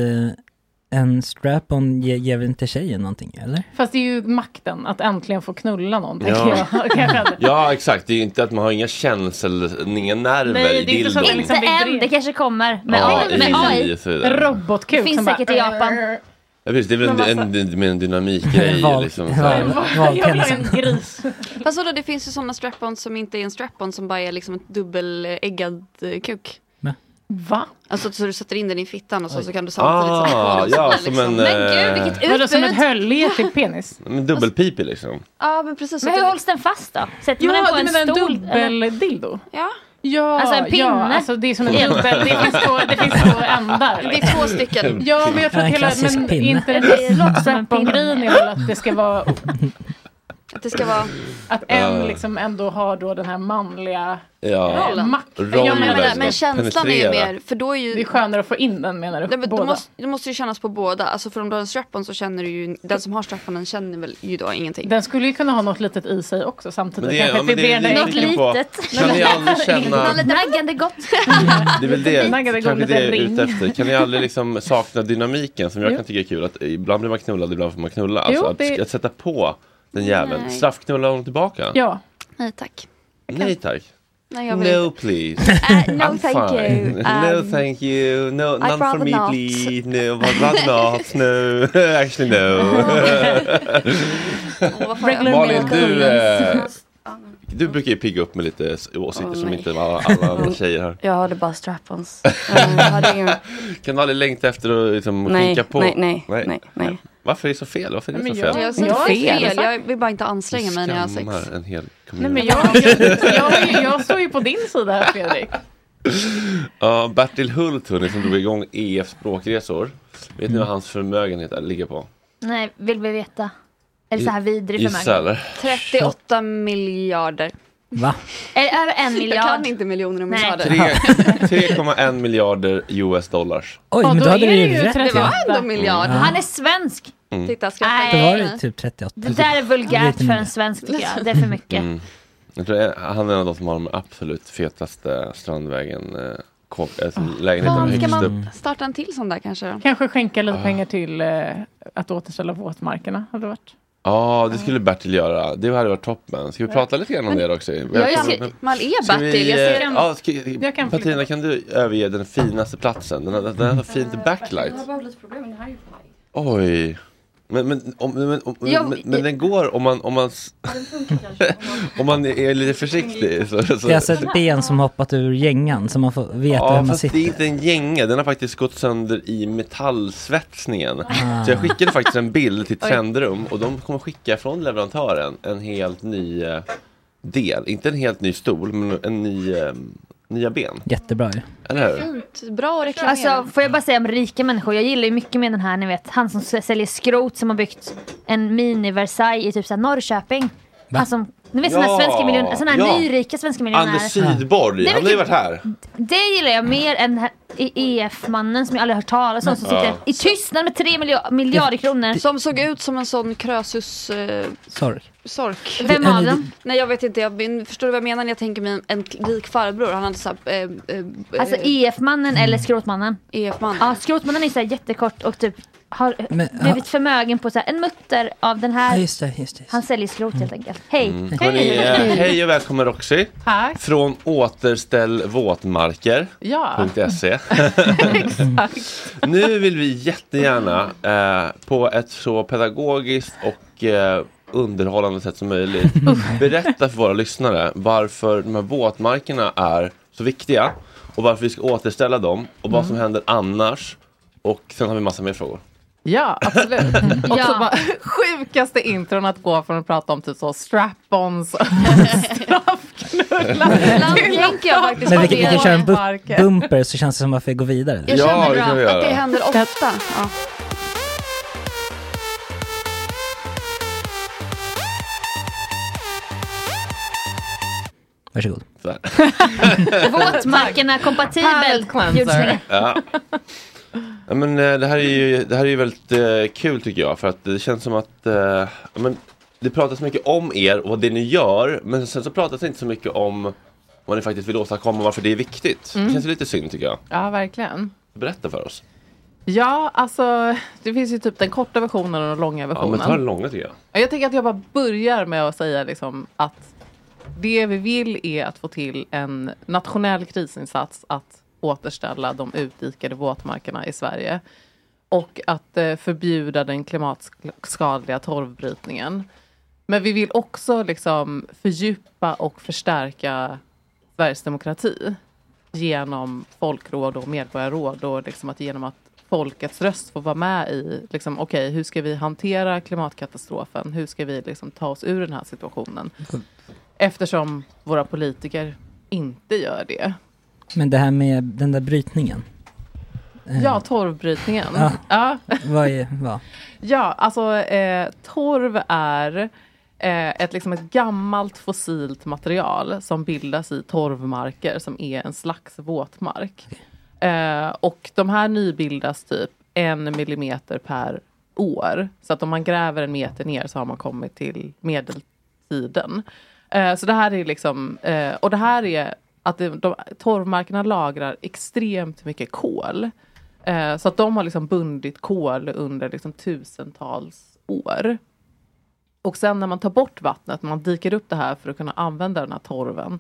en strap-on ger väl inte tjejen någonting, eller? Fast det är ju makten att äntligen få knulla någon, tänker jag. Ja, exakt. Det är ju inte att man har inga känslor, inga nerver. Nej, det är inte så att det liksom än, det kanske kommer. Med AI. Robotkuk. Det finns säkert i Japan. Ja, precis, det är väl en dynamikgrej. Liksom, jag vill en gris. Fast då, det finns ju sådana strap-on som inte är en strap-on, som bara är liksom ett dubbeläggad kuk. Va? Alltså så du sätter in den i fittan och så kan du samtidigt sätta på den. Som en... Men gud, vilket utbud! Som ett hölje till penis. En dubbelpipi liksom. Ja, men precis. Men hur hålls den fast då? Sätter man den på en stol? En dubbeldildo? Ja, alltså en pinne. Ja, alltså det är som en dubbel. Det finns två ändar. Det är 2 stycken. Ja, men jag tror att hela... Men inte strap-on-grejen är väl att det ska vara... Att det ska vara... Att en liksom ändå har då den här manliga makten. Men känslan är ju mer... För då är ju... Det är skönare att få in den, menar du? Det måste ju kännas på båda. Alltså för om du har en strap-on så känner du ju... Den som har strap-on känner väl ju då ingenting. Den skulle ju kunna ha något litet i sig också samtidigt. Men det är något litet. Kan ni aldrig känna... Något naggande gott. Det är väl det. Kanske det är ute efter. Kan ni aldrig liksom sakna dynamiken som jag kan tycka är kul? Att ibland blir man knullad, ibland får man knulla. Alltså att sätta på den jäveln. Straffknulla honom tillbaka. Ja. Nej tack. Nej tack. No please. No thank you. No thank you. No, none for me not. Please. No, rather not. No, actually no. Malin, du brukar ju pigga upp med lite åsikter som inte alla andra tjejer har. Jag hade bara strap-ons. Kan du aldrig längta efter att liksom skicka på? Nej. Varför är det så fel? Varför är det så fel? Jag är fel. Jag vill bara inte anstränga mig när jag har sex. En hel jag står ju på din sida här, Fredrik. Ja, Bertil Hult som drog igång EF språkresor. Vet ni vad hans förmögenhet ligger på? Nej, vill vi veta. Är det så här vidrig förmögenhet? 38 miljarder. Va? Är det över 1 miljard? Jag kan inte miljoner och miljarder. 3,1 miljarder US-dollars. Oj, men då hade det ju rätt. Det var ändå miljard. Han är svensk. Titta, det var det typ 38. Det där är vulgärt för en svensk, tycker jag. Det är för mycket. Jag tror han är en av de som har de absolut fetaste Strandvägen lägenheten. Ska man starta en till sån där kanske då? Kanske skänka lite pengar till att återställa våtmarkerna, hade det varit. Ja, det skulle Bertil göra. Det hade varit toppen. Ska vi prata lite grann om det också? Man är Bertil. Patrina, kan du överge den finaste platsen? Den har så fint backlight. Jag har bara lite problem med den här. Oj. Men den går om man om man är lite försiktig så. Jag har sett ben som hoppat ur gängan så man får veta hur man sitter. Det är inte en gänga, den har faktiskt gått sönder i metallsvetsningen. Så jag skickade faktiskt en bild till Trendrum och de kommer skicka från leverantören en helt ny del, inte en helt ny stol men en nya ben. Jättebra. Eller hur? Bra reklam. Alltså, får jag bara säga om rika människor. Jag gillar ju mycket med den här, ni vet. Han som säljer skrot som har byggt en mini Versailles i typ så här Norrköping. Han som Ni vet sådana svenska miljonärer, sådana här nyrika svenska miljonärer. Anders Sydborg, han har ju varit här. Det gillar jag mer än EF-mannen som jag aldrig hört talas om, som sitter i tystnad med 3 miljarder kronor. Som såg ut som en sån Krösus... Sork. Vem av dem? Nej, jag vet inte. Förstår du vad jag menar när jag tänker mig en rik farbror? Han hade så här, alltså EF-mannen eller skrotmannen? EF-mannen. Ja, skrotmannen är så här jättekort och typ har blivit förmögen på så här en mutter av den här. Just det. Han säljer skrot helt enkelt. Hej. Hej och välkommen Roxy. Tack. Från återställvåtmarker.se. Exakt. Nu vill vi jättegärna på ett så pedagogiskt och underhållande sätt som möjligt berätta för våra lyssnare varför de här våtmarkerna är så viktiga och varför vi ska återställa dem och vad som händer annars. Och sen har vi massa mer frågor. Ja, absolut. Också bara sjukaste intron att gå från att prata om typ så strap-ons och straffknullar. Men vi kan köra en bumper så känns det som att vi går vidare. Jag känner bra att det händer ofta. Ja. Varsågod. Våtmarkerna kompatibel. Ja. Ja, men det här är ju väldigt kul tycker jag, för att det känns som att det pratas mycket om er och vad det ni gör, men sen så pratas det inte så mycket om vad ni faktiskt vill åstadkomma och varför det är viktigt. Det känns lite synd tycker jag. Ja, verkligen. Berätta för oss. Ja, alltså det finns ju typ den korta versionen och den långa versionen. Ja, men ta den långa tycker jag. Jag tänker att jag bara börjar med att säga liksom att det vi vill är att få till en nationell krisinsats att återställa de utdikade våtmarkerna i Sverige och att förbjuda den klimatskadliga torvbrytningen. Men vi vill också liksom fördjupa och förstärka Sveriges demokrati genom folkråd och medborgarråd och liksom att genom att folkets röst får vara med i liksom, okej, hur ska vi hantera klimatkatastrofen? Hur ska vi liksom ta oss ur den här situationen? Eftersom våra politiker inte gör det. Men det här med den där brytningen. Ja, torvbrytningen. Ja. Vad? Ja, alltså torv är ett gammalt fossilt material som bildas i torvmarker som är en slags våtmark. Och de här nybildas typ 1 millimeter per år. Så att om man gräver 1 meter ner så har man kommit till medeltiden. Så det här är liksom, och det här är att torvmarkerna lagrar extremt mycket kol. Så att de har liksom bundit kol under liksom tusentals år. Och sen när man tar bort vattnet, man diker upp det här för att kunna använda den här torven,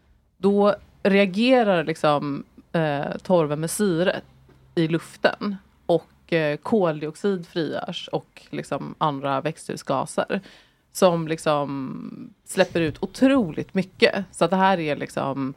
då reagerar liksom torven med syre i luften och koldioxid frigörs och liksom andra växthusgaser som liksom släpper ut otroligt mycket. Så att det här är liksom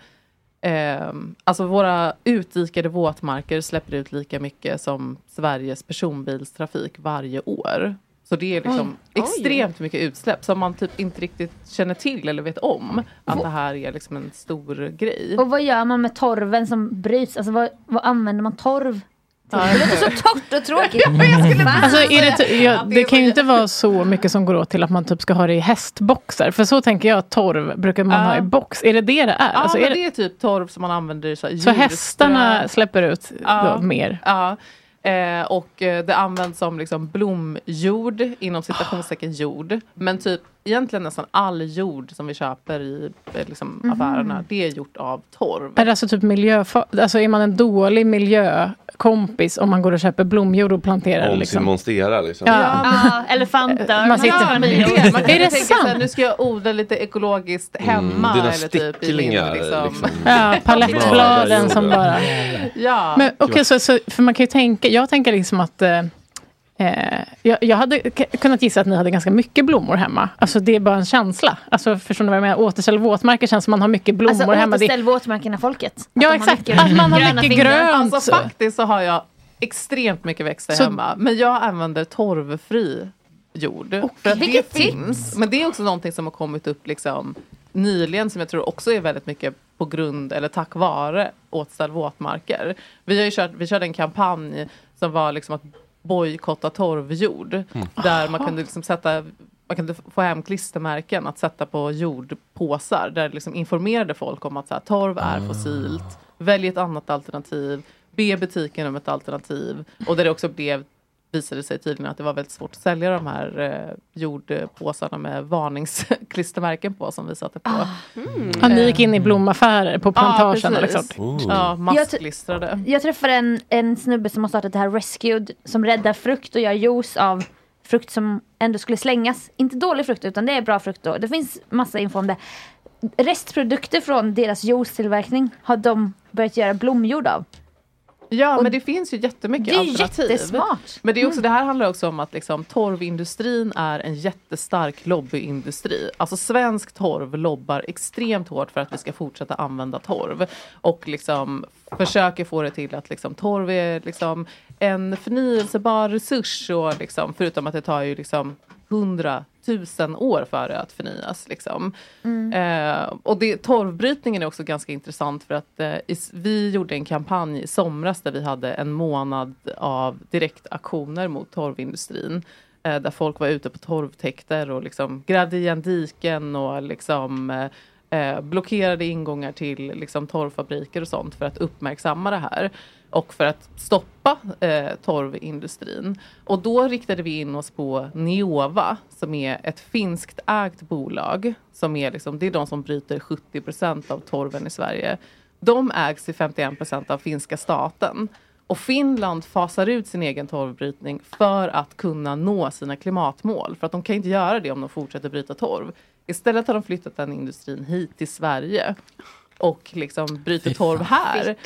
alltså våra utdikade våtmarker släpper ut lika mycket som Sveriges personbilstrafik varje år. Så det är liksom extremt mycket utsläpp som man typ inte riktigt känner till eller vet om att det här är liksom en stor grej. Och vad gör man med torven som bryts? Alltså vad använder man torv? Det låter så torrt och tråkigt. Alltså, det kan ju inte vara så mycket som går åt till att man typ ska ha det i hästboxar. För så tänker jag att torv brukar man ha i box. Är det är? Ja, alltså, men det är typ torv som man använder i så hästarna släpper ut då mer? Ja. Och det används som liksom blomjord inom citationstecken jord. Men typ egentligen nästan all jord som vi köper i liksom affärerna, det är gjort av torv. Är det alltså typ alltså är man en dålig miljökompis om man går och köper blomjord och planterar om liksom? Sin monstera liksom. Ja, elefanter. Man sitter är det sant? Nu ska jag odla lite ekologiskt hemma dina eller typ i min, liksom. Ja, palettbladen som bara. Ja. Men okej, så för man kan ju tänka, jag tänker liksom att jag hade kunnat gissa att ni hade ganska mycket blommor hemma. Alltså det är bara en känsla. Alltså förstår ni vad jag menar? Återställ våtmarker känns som man har mycket blommor hemma. Återställ våtmarkerna folket. Ja, exakt. Att man har mycket grönt. Alltså faktiskt så har jag extremt mycket växter hemma. Men jag använder torvfri jord. För att det finns. Men det är också någonting som har kommit upp liksom nyligen, som jag tror också är väldigt mycket på grund eller tack vare återställ våtmarker. Vi körde en kampanj som var liksom att bojkotta torvjord. Där man kunde liksom sätta man kunde få hem klistermärken att sätta på jordpåsar där det liksom informerade folk om att så här, torv är fossilt, välj ett annat alternativ, be butiken om ett alternativ, och där det också visade sig tydligen att det var väldigt svårt att sälja de här jordpåsarna med varningsklistermärken på som vi satte på. Ni gick in i blomaffärer på plantagen eller sånt. Ja, massklistrade. Jag träffade en snubbe som har startat det här Rescued som räddar frukt och gör juice av frukt som ändå skulle slängas. Inte dålig frukt utan det är bra frukt då. Det finns massa info om det. Restprodukter från deras juicetillverkning har de börjat göra blomjord av. Ja, men det finns ju jättemycket alternativ. Det är jättesmart. Men det är också, det här handlar också om att liksom, torvindustrin är en jättestark lobbyindustri. Alltså svensk torv lobbar extremt hårt för att vi ska fortsätta använda torv. Och liksom försöker få det till att liksom, torv är liksom, en förnyelsebar resurs. Och, liksom, förutom att det tar ju liksom 100 000 år för det att förnyas. Liksom. Och torvbrytningen är också ganska intressant för att vi gjorde en kampanj i somras där vi hade en månad av direktaktioner mot torvindustrin. Där folk var ute på torvtäkter och liksom grävde igen diken och liksom, blockerade ingångar till liksom, torvfabriker och sånt för att uppmärksamma det här. Och för att stoppa torvindustrin. Och då riktade vi in oss på Neova som är ett finskt ägt bolag. Som är liksom, det är de som bryter 70% av torven i Sverige. De ägs till 51% av finska staten. Och Finland fasar ut sin egen torvbrytning för att kunna nå sina klimatmål. För att de kan inte göra det om de fortsätter bryta torv. Istället har de flyttat den industrin hit till Sverige. Och liksom bryter torv här.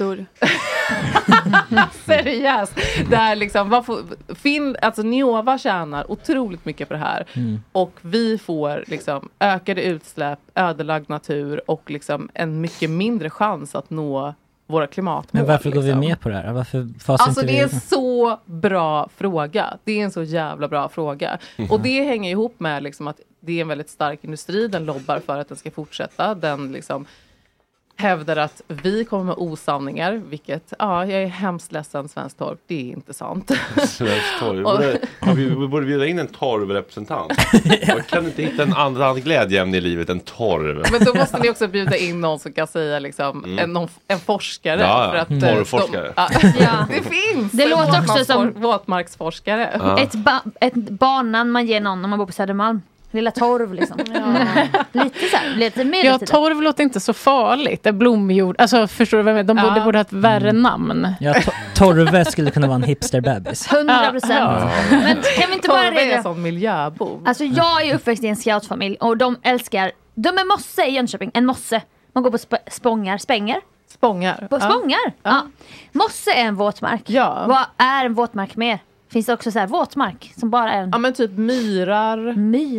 Seriöst. Där liksom, alltså Neova tjänar otroligt mycket på det här. Och vi får liksom ökade utsläpp, ödelagd natur och liksom en mycket mindre chans att nå våra klimatmål. Men varför går vi med på det här? Varför fasar alltså inte det är en så bra fråga. Det är en så jävla bra fråga. Och det hänger ihop med liksom att det är en väldigt stark industri. Den lobbar för att den ska fortsätta. Den liksom hävdar att vi kommer med osanningar, vilket, jag är hemskt ledsen, Svensk Torv, det är inte sant. Svensk Torv, vi borde bjuda in en torvrepresentant. Man kan inte hitta en annan glädjeämne i livet än torv. Men då måste ni också bjuda in någon som kan säga liksom, en forskare. Ja, för att, torvforskare. Det finns! Det låter också som våtmarksforskare. Ett barnnamn man ger någon om man bor på Södermalm. Lilla torv liksom. Lite så här, lite mer. Ja, torv låter inte så farligt. Det är blomjord. Alltså förstår du vad jag menar? De borde ha ett värre namn. Ja, torve skulle kunna vara en hipsterbebis. 100%. Men kan vi inte bara reda? En sån miljöbov. Alltså jag är uppväxt i en scoutfamilj och de är mosse i Jönköping. En mosse. Man går på Spångar. Spångar. På Spångar. Ja. Mosse är en våtmark. Ja. Vad är en våtmark mer? Finns det också så här våtmark som bara är en... Ja, men typ myrar.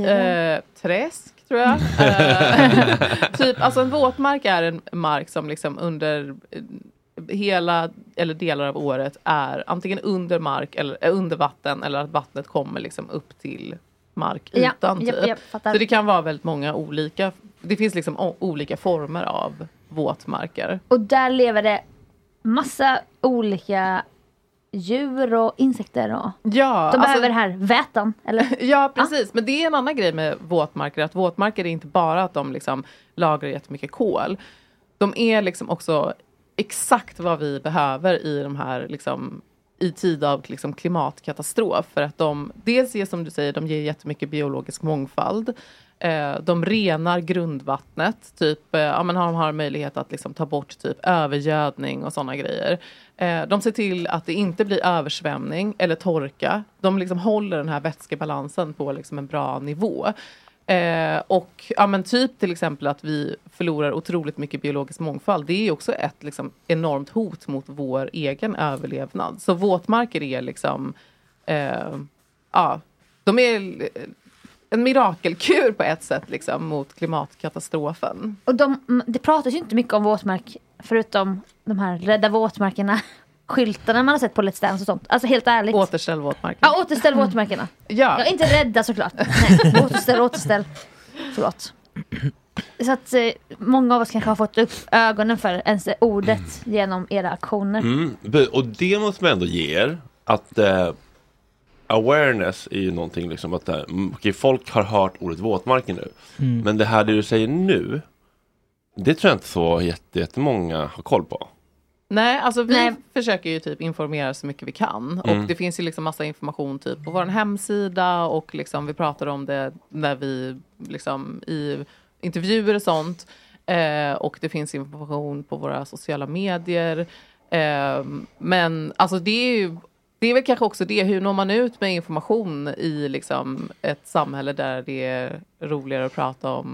Träsk, tror jag. Typ, alltså en våtmark är en mark som liksom under hela eller delar av året är antingen under mark eller under vatten, eller att vattnet kommer liksom upp till markytan. Typ. Så det kan vara väldigt många olika. Det finns liksom olika former av våtmarker. Och där lever det massa olika djur och insekter och behöver det här vätan, eller? Ja, precis. Men det är en annan grej med våtmarker, att våtmarker är inte bara att de liksom lagrar jättemycket kol. De är liksom också exakt vad vi behöver i de här liksom, i tid av liksom klimatkatastrof, för att de dels ger, som du säger, de ger jättemycket biologisk mångfald. De renar grundvattnet, typ, man har möjlighet att liksom ta bort typ övergödning och sådana grejer. De ser till att det inte blir översvämning eller torka. De liksom håller den här vätskebalansen på liksom en bra nivå. Och typ till exempel att vi förlorar otroligt mycket biologisk mångfald. Det är också ett liksom enormt hot mot vår egen överlevnad. Så våtmarker är liksom de är en mirakelkur på ett sätt liksom, mot klimatkatastrofen. Och det pratas ju inte mycket om våtmark förutom de här rädda våtmarkerna, skyltarna man har sett på Let's Dance och sånt. Alltså helt ärligt. Återställ våtmarkerna. Ja, återställ våtmarkerna. Ja. Jag är inte rädda såklart. Nej, återställ. Förlåt. Så att många av oss kanske har fått upp ögonen för ens ordet genom era aktioner. Och det måste man ändå ge er att awareness är ju någonting liksom att folk har hört ordet våtmarker nu. Men det här det du säger nu, det tror jag inte så jättemånga har koll på. Nej, alltså vi försöker ju typ informera så mycket vi kan. Och det finns ju liksom massa information typ på vår hemsida. Och liksom vi pratar om det när vi liksom i intervjuer och sånt. Och det finns information på våra sociala medier. Men alltså det är väl kanske också det. Hur når man ut med information i liksom ett samhälle där det är roligare att prata om...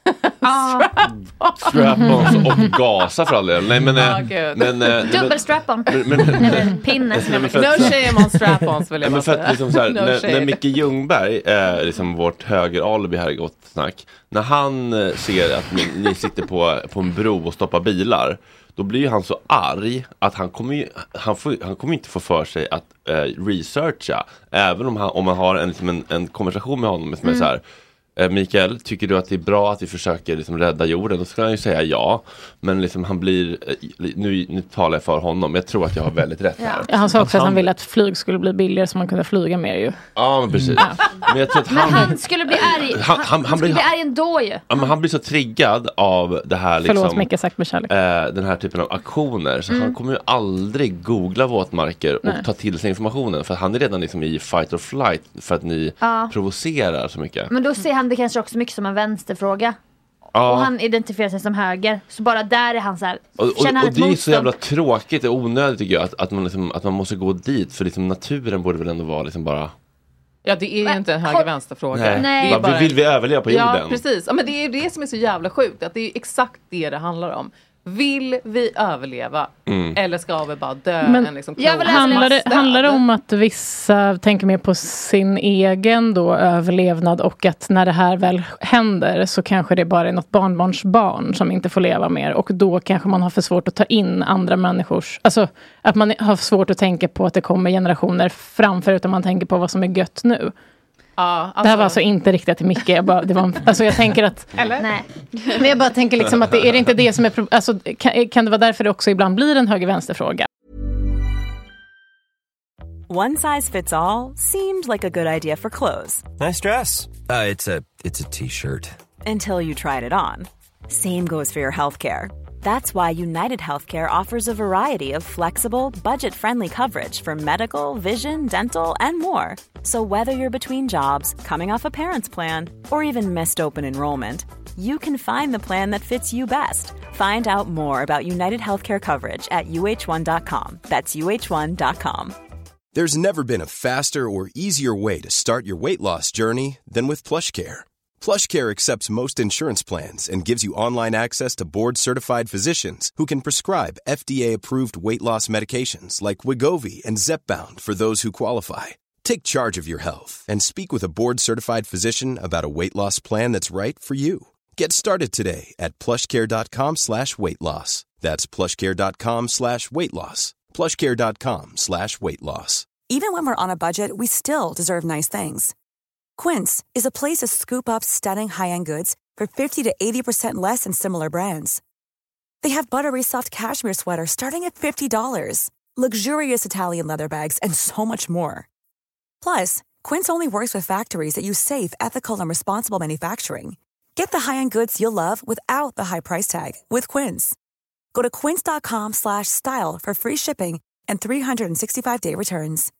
Strap-ons och gasa för all del. Nej, men dubbel strap-on. Pinne. No shame on strap-ons vill jag men för att liksom så här, när Micke Ljungberg liksom vårt högeralibi här i Gott Snack, när han ser att ni sitter på en bro och stoppar bilar, då blir ju han så arg att han kommer inte få för sig att researcha, även om man har en konversation med honom som är så här: Mikael, tycker du att det är bra att vi försöker liksom rädda jorden? Då ska han ju säga ja. Men liksom han blir... Nu talar jag för honom. Jag tror att jag har väldigt rätt här. Ja, han sa också att han ville att flyg skulle bli billigare så man kunde flyga mer ju. Ja, men precis. Men jag tror att han skulle bli arg. Han skulle bli arg ändå ju. Ja, men han blir så triggad av det här liksom... Förlåt, mycket sagt med kärlek. Den här typen av aktioner. Så han kommer ju aldrig googla våtmarker och ta till sig informationen. För han är redan liksom i fight or flight för att ni provocerar så mycket. Men då ser han det kanske också mycket som en vänsterfråga. Ja. Och han identifierar sig som höger. Så bara där är han så här. Och det är så jävla tråkigt och onödigt tycker jag att man måste gå dit. För liksom naturen borde väl ändå vara liksom bara... Ja, det är ju inte en höger-vänsterfråga. Nej. Det är bara... Vill vi överleva på jorden? Ja, precis. Ja, men det är det som är så jävla sjukt. Att det är exakt det handlar om. Vill vi överleva? Eller ska vi bara dö? Men liksom handlar det om att vissa tänker mer på sin egen då överlevnad, och att när det här väl händer så kanske det bara är något barnbarnsbarn som inte får leva mer, och då kanske man har för svårt att ta in andra människors, alltså att man har svårt att tänka på att det kommer generationer framför, utan man tänker på vad som är gött nu. Ja, alltså... Det här var alltså inte riktigt till Micke. Jag tänker att... Eller? Nej. Men jag bara tänker liksom att är det inte det som är... Alltså, kan det vara därför det också ibland blir en höger-vänster-fråga? One size fits all seemed like a good idea for clothes. Nice dress. It's a t-shirt. Until you tried it on. Same goes for your healthcare. That's why United Healthcare offers a variety of flexible, budget-friendly coverage for medical, vision, dental, and more. So whether you're between jobs, coming off a parent's plan, or even missed open enrollment, you can find the plan that fits you best. Find out more about United Healthcare coverage at uh1.com. That's uh1.com. There's never been a faster or easier way to start your weight loss journey than with PlushCare. PlushCare accepts most insurance plans and gives you online access to board-certified physicians who can prescribe FDA-approved weight loss medications like Wegovy and Zepbound for those who qualify. Take charge of your health and speak with a board-certified physician about a weight loss plan that's right for you. Get started today at plushcare.com/weightloss. That's plushcare.com/weightloss. plushcare.com/weightloss. Even when we're on a budget, we still deserve nice things. Quince is a place to scoop up stunning high-end goods for 50 to 80% less than similar brands. They have buttery soft cashmere sweaters starting at $50, luxurious Italian leather bags, and so much more. Plus, Quince only works with factories that use safe, ethical, and responsible manufacturing. Get the high-end goods you'll love without the high price tag with Quince. Go to quince.com/style for free shipping and 365-day returns.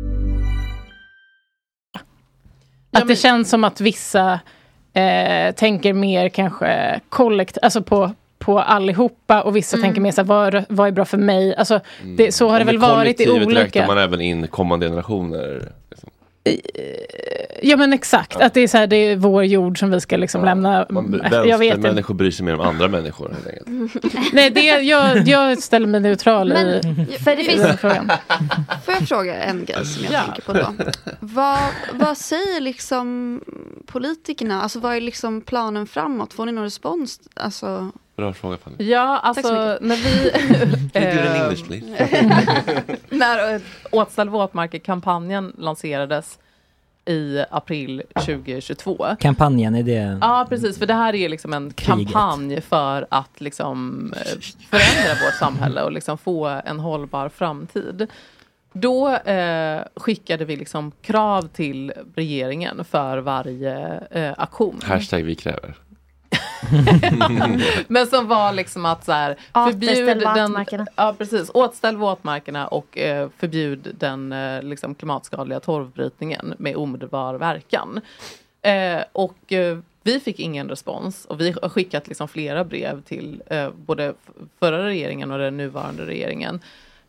Att det känns som att vissa tänker mer kanske kollektivt, alltså på allihopa, och vissa tänker mer så här, vad är bra för mig? Alltså, så har det väl varit i olika... räknar man även in kommande generationer? Liksom. Ja, men exakt. Att det är så här, det är vår jord som vi ska liksom lämma. Jag vet människor bryr sig mer om andra människor. Nej, jag ställer mig neutral i frågan. Får jag fråga en grej som jag tänker på då? Vad säger liksom politikerna? Alltså vad är liksom planen framåt? Får ni någon respons? Alltså... Bra fråga, Fanny. Ja, alltså när vi... English, please. När Återställ våtmarker-kampanjen lanserades i april 2022. Kampanjen, är det... Ja, precis. För det här är liksom en kampanj för att liksom förändra vårt samhälle och liksom få en hållbar framtid. Då skickade vi liksom krav till regeringen för varje aktion. Hashtag vi kräver. Men som var liksom att så här, förbjud den, återställ våtmarkerna och förbjud den liksom klimatskadliga torvbrytningen med omedelbar verkan. Och vi fick ingen respons och vi har skickat liksom flera brev till både förra regeringen och den nuvarande regeringen.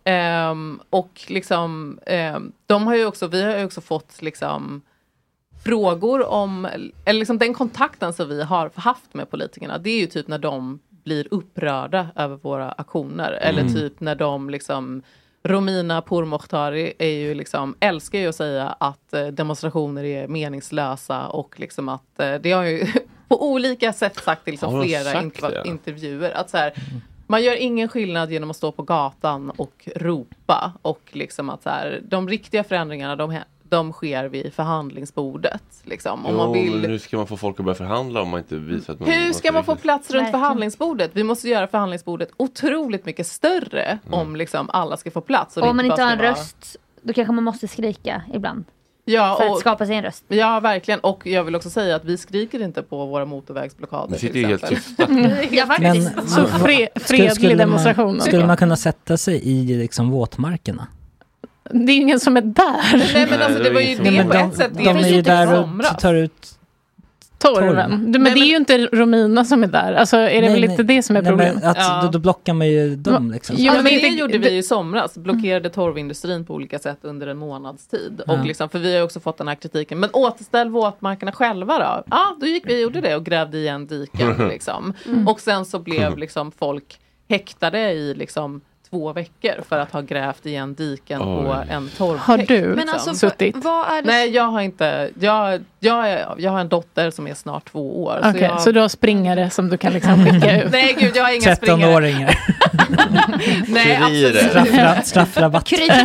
Och liksom vi har ju också fått liksom frågor om, eller liksom den kontakten som vi har haft med politikerna, det är ju typ när de blir upprörda över våra aktioner. Eller typ när de liksom, Romina Pourmokhtari är ju liksom, älskar ju att säga att demonstrationer är meningslösa och liksom att det har ju på olika sätt sagt till liksom flera intervjuer att så här, man gör ingen skillnad genom att stå på gatan och ropa och liksom att så här, de riktiga förändringarna de sker vid förhandlingsbordet. Liksom. Om man vill... men hur ska man få folk att börja förhandla om man inte visar att man... Hur ska man få plats runt förhandlingsbordet? Vi måste göra förhandlingsbordet otroligt mycket större om liksom alla ska få plats. Och om man inte har en röst, då kanske man måste skrika ibland. Ja, för att skapa sin röst. Ja, verkligen. Och jag vill också säga att vi skriker inte på våra motorvägsblockader. Det sitter ju helt tysta. Men så fredlig demonstration. Skulle man kunna sätta sig i liksom våtmarkerna? Det är ingen som är där. Nej, men alltså det var ju det på ett sätt. De är ju där och tar ut torven. Men det är ju inte Romina som är där. Alltså är det väl lite det som är problemet? Då blockar man ju dem liksom. Jo, men det gjorde vi i somras. Blockerade torvindustrin på olika sätt under en månads tid. Och liksom, för vi har också fått den här kritiken. Men återställ våtmarkerna själva då. Ja, då gick vi och gjorde det och grävde igen diken. Liksom. Och sen så blev liksom folk häktade i liksom 2 veckor för att ha grävt igen diken på en torvtäkt. Har du suttit? Vad är det? Nej, jag har inte. Jag har en dotter som är snart 2 år. Okej, så du har springare som du kan liksom skicka ut? Nej, gud, jag har inga 13-åringar. Nej, absolut. Straffrabatt.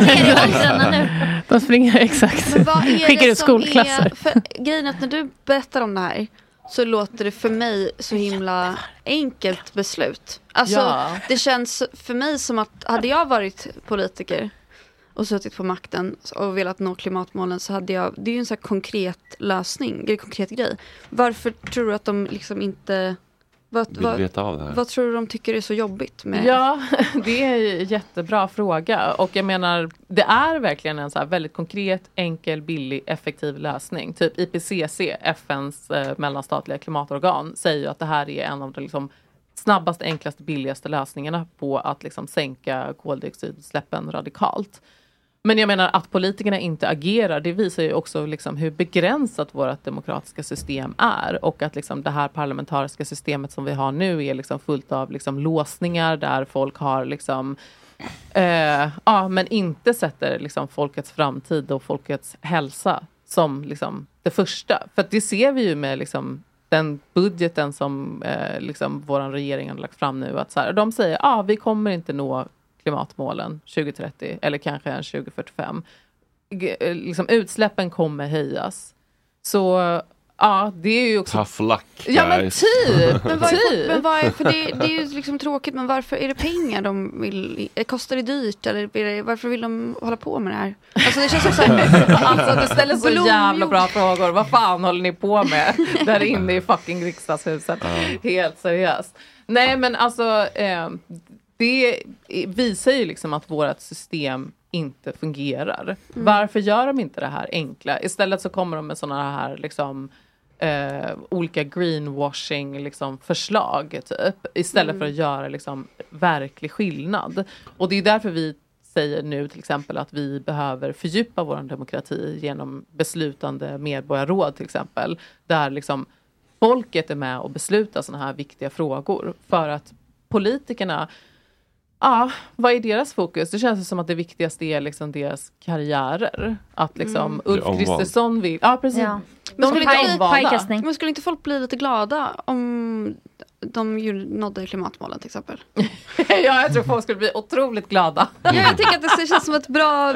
De springer exakt. Men vad är skickar det ut skolklasser. Grejen är att när du berättar om det här så låter det för mig så himla enkelt beslut. Alltså det känns för mig som att hade jag varit politiker och suttit på makten och velat nå klimatmålen så hade jag, det är ju en sån här konkret lösning, en konkret grej. Varför tror du att de liksom inte vad tror du de tycker är så jobbigt med? Ja, det är en jättebra fråga. Och jag menar, det är verkligen en så här väldigt konkret, enkel, billig, effektiv lösning. Typ IPCC, FNs mellanstatliga klimatorgan, säger ju att det här är en av de liksom snabbast, enklaste, billigaste lösningarna på att liksom sänka koldioxidutsläppen radikalt. Men jag menar att politikerna inte agerar, det visar ju också liksom hur begränsat vårt demokratiska system är. Och att liksom det här parlamentariska systemet som vi har nu är liksom fullt av liksom låsningar där folk har liksom, men inte sätter liksom folkets framtid och folkets hälsa som liksom det första. För att det ser vi ju med liksom den budgeten som liksom vår regering har lagt fram nu. Att så här, de säger vi kommer inte nå klimatmålen 2030 eller kanske än 2045. Liksom utsläppen kommer höjas. Så det är ju också... Tough luck, guys. Ja, men typ. För det är ju liksom tråkigt, men varför är det pengar de vill... Kostar det dyrt? Eller varför vill de hålla på med det här? Alltså det känns som så här... Alltså du ställer så jävla bra frågor. Vad fan håller ni på med? Där inne i fucking riksdagshuset. Helt seriöst. Nej, men alltså... det visar ju liksom att vårt system inte fungerar. Varför gör de inte det här enkla? Istället så kommer de med sådana här liksom, olika greenwashing liksom, förslag typ. Istället för att göra liksom, verklig skillnad. Och det är därför vi säger nu till exempel att vi behöver fördjupa vår demokrati genom beslutande medborgarråd till exempel. Där liksom, folket är med och beslutar sådana här viktiga frågor. För att politikerna... vad är deras fokus? Det känns som att det viktigaste är liksom deras karriärer. Att liksom Ulf Kristersson vill... Ja, precis. Ja. Men skulle inte folk bli lite glada om de nådde klimatmålen till exempel. Ja, jag tror folk skulle bli otroligt glada. Ja, jag tycker att det känns som ett bra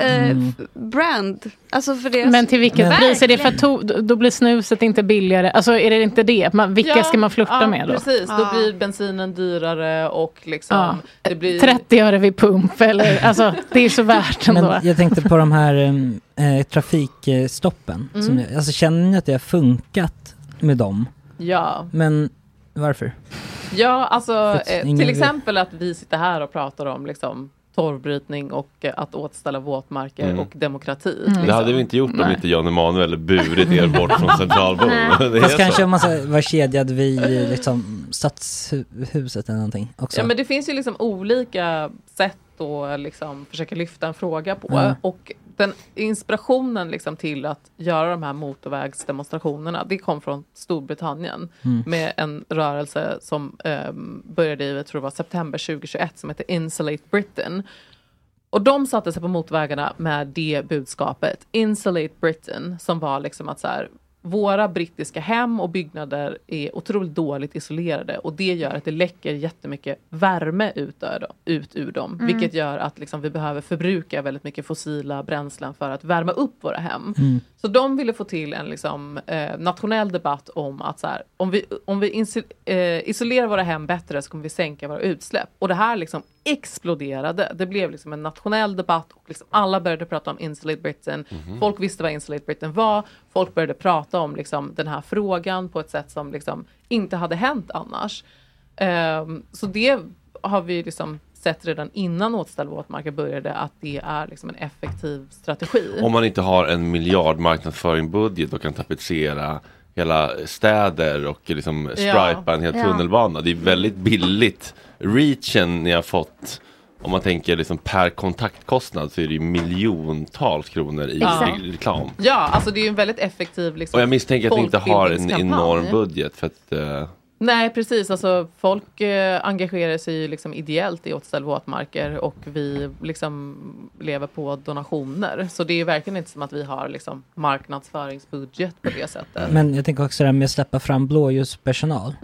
brand. Alltså för det. Men till vilket pris är det? För att då blir snuset inte billigare. Alltså är det inte det? Vilka ska man flirta med då? Precis, då blir bensinen dyrare och liksom det blir 30 öre vid pump eller alltså det är så värt ändå. Men jag tänkte på de här trafikstoppen. Alltså känner ni att det har funkat med dem? Ja. Men varför? Ja, alltså till exempel att vi sitter här och pratar om liksom torvbrytning och att återställa våtmarker och demokrati. Liksom. Det hade vi inte gjort om inte Jan Emanuel burit er bort från Centralbron. Fast kanske om man var kedjad vid liksom stadshuset eller någonting också. Ja, men det finns ju liksom olika sätt att liksom försöka lyfta en fråga på. Och den inspirationen liksom till att göra de här motorvägsdemonstrationerna, det kom från Storbritannien med en rörelse som började i, jag tror det var september 2021, som heter Insulate Britain. Och de satte sig på motorvägarna med det budskapet, Insulate Britain, som var liksom att så här, våra brittiska hem och byggnader är otroligt dåligt isolerade och det gör att det läcker jättemycket värme ut ur dem. Vilket gör att liksom, vi behöver förbruka väldigt mycket fossila bränslen för att värma upp våra hem. Så de ville få till en liksom, nationell debatt om att så här, om vi isolerar våra hem bättre så kommer vi sänka våra utsläpp. Och det här liksom exploderade. Det blev liksom en nationell debatt och liksom alla började prata om Insulate Britain. Folk visste vad Insulate Britain var. Folk började prata om liksom, den här frågan på ett sätt som liksom, inte hade hänt annars. Så det har vi liksom sett redan innan återställ våtmarker började att det är liksom en effektiv strategi. Om man inte har en miljardmarknadsföringbudget och kan tapetsera hela städer och liksom stripa en hel tunnelbana. Det är väldigt billigt. Reachen ni har fått, om man tänker liksom per kontaktkostnad, så är det ju miljontals kronor i reklam. Ja, alltså det är ju en väldigt effektiv liksom, och jag misstänker att ni inte har en enorm budget för att... Nej, precis. Alltså, folk engagerar sig ju liksom ideellt i återställ våtmarker och vi liksom lever på donationer. Så det är verkligen inte som att vi har liksom marknadsföringsbudget på det sättet. Men jag tänker också det här med att släppa fram blåljuspersonal.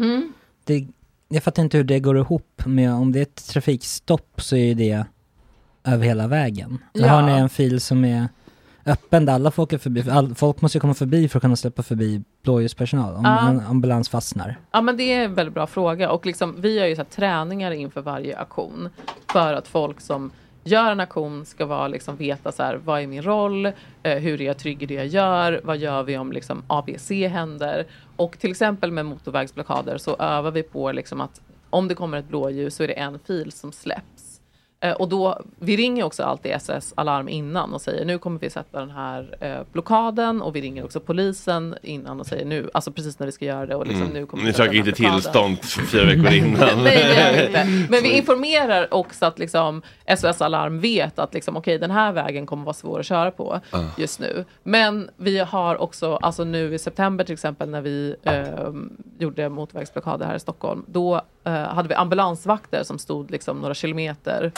Jag fattar inte hur det går ihop med om det är ett trafikstopp så är det över hela vägen. Eller har ni en fil som är öppen där alla folk är förbi? Folk måste ju komma förbi för att kunna släppa förbi blåljuspersonal om en ambulans fastnar. Ja, men det är en väldigt bra fråga. Och liksom, vi gör ju så här träningar inför varje aktion för att folk som gör en aktion ska vara, liksom, veta så här, vad är min roll, hur är jag trygg i det jag gör, vad gör vi om liksom, ABC händer. Och till exempel med motorvägsblockader så övar vi på liksom, att om det kommer ett blåljus så är det en fil som släpps. Och då, vi ringer också alltid SOS-alarm innan och säger nu kommer vi sätta den här blockaden, och vi ringer också polisen innan och säger nu, alltså precis när vi ska göra det och liksom, nu kommer ni söker inte tillstånd 4 veckor innan. Nej, inte. Men vi informerar också att liksom, SOS-alarm vet att liksom, okej, den här vägen kommer vara svår att köra på just nu. Men vi har också, alltså nu i september till exempel när vi gjorde motorvägsblockader här i Stockholm, då hade vi ambulansvakter som stod liksom några kilometer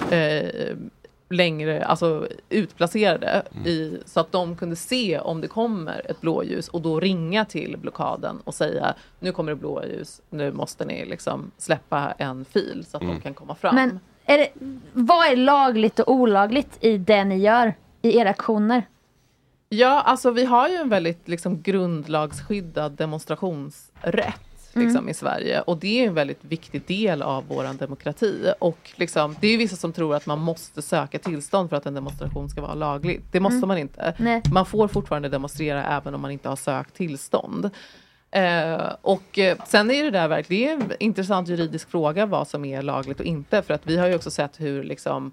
längre, alltså utplacerade så att de kunde se om det kommer ett blåljus och då ringa till blockaden och säga nu kommer det blåljus, nu måste ni liksom släppa en fil så att de kan komma fram. Men vad är lagligt och olagligt i det ni gör i era aktioner? Ja, alltså vi har ju en väldigt liksom grundlagsskyddad demonstrationsrätt liksom, i Sverige. Och det är en väldigt viktig del av vår demokrati. Och liksom, det är ju vissa som tror att man måste söka tillstånd för att en demonstration ska vara laglig. Det måste man inte. Nej. Man får fortfarande demonstrera även om man inte har sökt tillstånd. Och sen är det där verkligen en intressant juridisk fråga vad som är lagligt och inte. För att vi har ju också sett hur liksom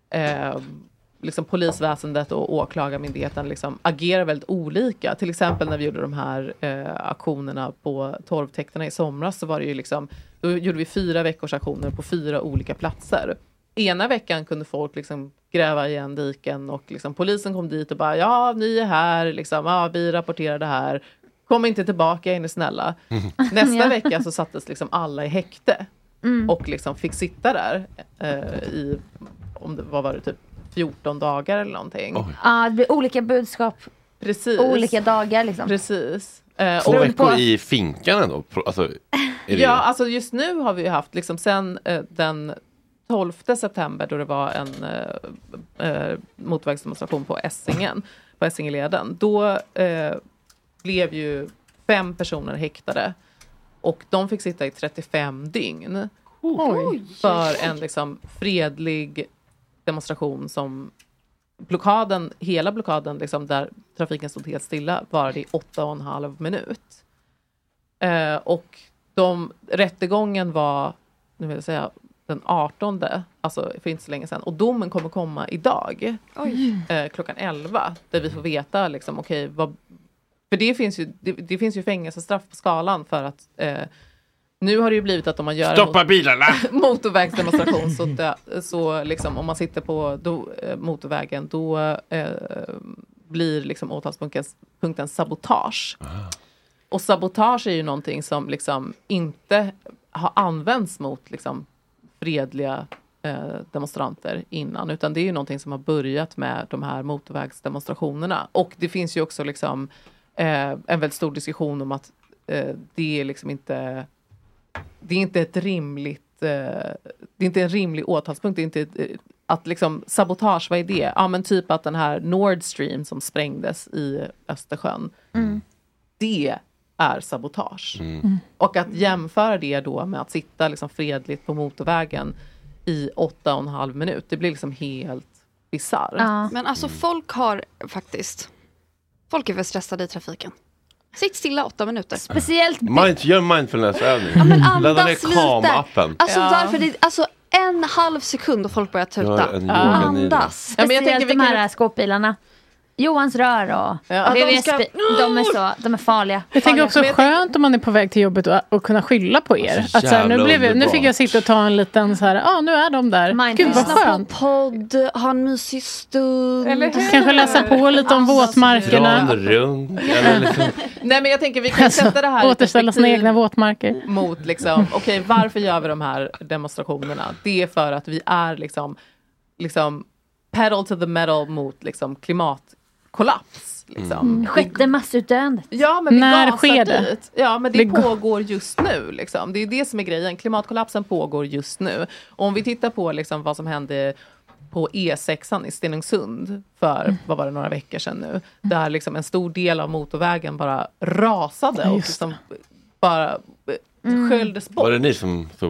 polisväsendet och åklagarmyndigheten liksom agerar väldigt olika. Till exempel när vi gjorde de här aktionerna på torvtäkterna i somras, så var det ju liksom, då gjorde vi 4 veckors aktioner på 4 olika platser. Ena veckan kunde folk liksom gräva igen diken och liksom polisen kom dit och bara, ja, ni är här, liksom, ja, vi rapporterar det här. Kom inte tillbaka, är ni snälla. Nästa vecka så sattes liksom alla i häkte och liksom fick sitta där i, om det var det typ 14 dagar eller någonting. Ja, det blir olika budskap. Precis. Olika dagar liksom. Precis. 2 veckor i finkan ändå? Alltså, alltså just nu har vi haft liksom sen den 12 september då det var en motorvägsdemonstration på Essingeleden. Då blev ju 5 personer häktade och de fick sitta i 35 dygn för en liksom fredlig demonstration som hela blockaden liksom, där trafiken stod helt stilla varade i 8,5 minut. Och rättegången var, nu vill jag säga, den 18, alltså för inte så länge sedan. Och domen kommer komma idag. Klockan 11. Där vi får veta liksom, okej, för det finns ju fängelsestraff på skalan för att nu har det ju blivit att om man gör stoppa bilarna! motorvägsdemonstration så liksom, om man sitter på motorvägen då blir liksom åtalspunkten sabotage. Och sabotage är ju någonting som liksom inte har använts mot liksom fredliga demonstranter innan, utan det är ju någonting som har börjat med de här motorvägsdemonstrationerna. Och det finns ju också liksom en väldigt stor diskussion om att det är liksom inte ett rimligt det är inte en rimlig åtalspunkt, det är inte att liksom sabotage, vad är det? Ja, men typ att den här Nord Stream som sprängdes i Östersjön, det är sabotage. Och att jämföra det då med att sitta liksom fredligt på motorvägen i 8,5 minut, det blir liksom helt bizarrt. Men alltså folk är för stressade i trafiken. Sitt stilla 8 minuter. Speciellt gör mindfulness-övning. Ladda ner Calm-appen. Alltså en halv sekund och folk börjar tuta. Andas. Speciellt de här skåpbilarna. Johans rör och de är farliga. Jag tänker också skönt om man är på väg till jobbet och kunna skylla på er. Att så här, nu fick jag sitta och ta en liten så här, nu är de där. Gud vad skönt. På podd, ha en mysig stund. Kanske läsa på lite om våtmarkerna. Nej, men jag tänker vi kan sätta det här återställa sina egna våtmarker. Mot liksom, okej, varför gör vi de här demonstrationerna? Det är för att vi är liksom pedal to the metal mot liksom klimatkollaps. Liksom. Sjätte massutdöendet. Ja, men när sker det? Dit. Ja, men det pågår just nu. Liksom. Det är det som är grejen. Klimatkollapsen pågår just nu. Och om vi tittar på liksom, vad som hände på E6 i Stenungsund för, vad var det, några veckor sedan nu. Där liksom en stor del av motorvägen bara rasade och liksom bara sköljdes bort. Var det ni som tog?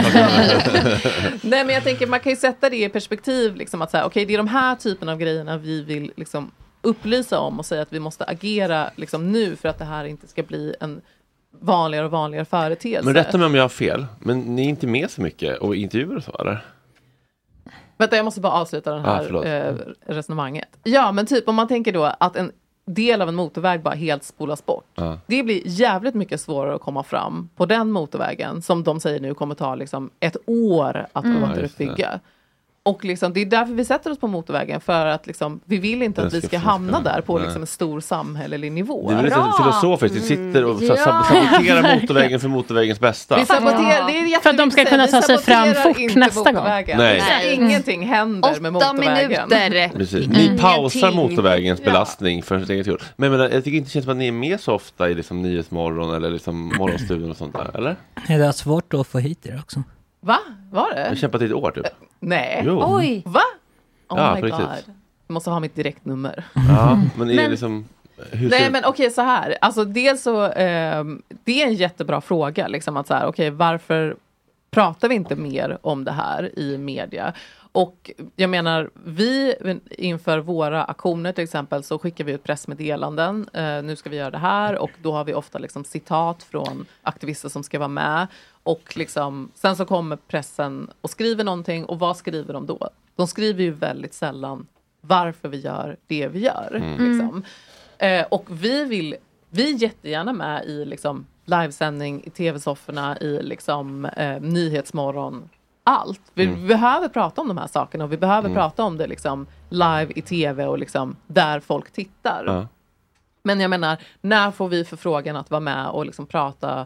Nej, men jag tänker man kan ju sätta det i perspektiv liksom, att säga, okej, det är de här typen av grejerna vi vill liksom upplysa om och säga att vi måste agera liksom nu för att det här inte ska bli en vanligare och vanligare företeelse. Men rätta mig om jag har fel, men ni är inte med så mycket och intervjuer och så, eller? Vänta, jag måste bara avsluta den här resonemanget. Ja, men typ om man tänker då att en del av en motorväg bara helt spolas bort. Det blir jävligt mycket svårare att komma fram på den motorvägen som de säger nu kommer ta liksom 1 år att återuppbygga. Och liksom, det är därför vi sätter oss på motorvägen, för att liksom, vi vill inte att vi ska hamna där på liksom en stor samhällelig nivå. Det är lite filosofiskt, vi sitter och saboterar motorvägen för motorvägens bästa. Vi saboterar, det är för att de ska kunna ta sig fram fort nästa gång. Nej. Ingenting händer med motorvägen. 8 minuter. Precis. Ni pausar motorvägens belastning för sitt eget skull. Men jag tycker inte det känns som att ni är med så ofta i liksom Nyhetsmorgon eller liksom Morgonstudion och sånt där, eller? Det är svårt att få hit er också. Va? Var det? Jag har kämpat i 1 år typ. Nej. Jo. Oj. Va? Ja, my god. Jag måste ha mitt direktnummer. Ja, men det är liksom... Nej, men okej, så här. Alltså dels så... det är en jättebra fråga. Liksom att så här, okej, varför pratar vi inte mer om det här i media? Och jag menar, vi inför våra aktioner till exempel så skickar vi ut pressmeddelanden. Nu ska vi göra det här, och då har vi ofta liksom citat från aktivister som ska vara med. Och liksom, sen så kommer pressen och skriver någonting, och vad skriver de då? De skriver ju väldigt sällan varför vi gör det vi gör. Liksom. Och vi är jättegärna med i liksom livesändning, i tv-sofforna, i liksom Nyhetsmorgon. Allt. Vi behöver prata om de här sakerna, och vi behöver prata om det liksom live i tv och liksom där folk tittar. Men jag menar, när får vi förfrågan att vara med och liksom prata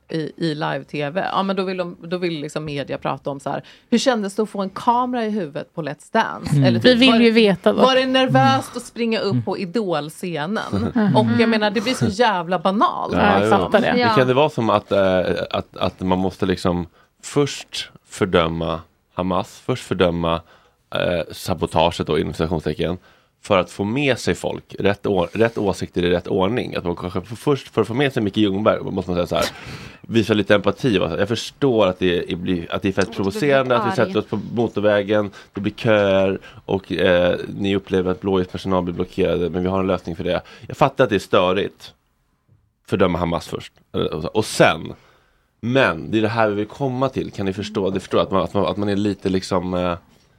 i live-tv. Ja, men då vill liksom media prata om så här, hur kändes det att få en kamera i huvudet på Let's Dance? Eller Vi vill ju veta då. Var det nervöst att springa upp på Idol-scenen? Och jag menar, det blir så jävla banalt. Jag fattar det. Det kan det vara som att man måste liksom först fördöma Hamas, först fördöma sabotaget då, inom citationstecken, för att få med sig folk rätt åsikter i rätt ordning. Att man kanske först, för att få med sig Micke Ljungberg, måste man säga så här, visa lite empati. Va? Jag förstår att det är fett provocerande att vi sätter oss på motorvägen, det blir köer och ni upplever att blåljuspersonal blir blockerade, men vi har en lösning för det. Jag fattar att det är störigt. Fördöma Hamas först. Och sen, men det är det här vi vill komma till. Kan ni förstå? Det förstår att man är lite liksom...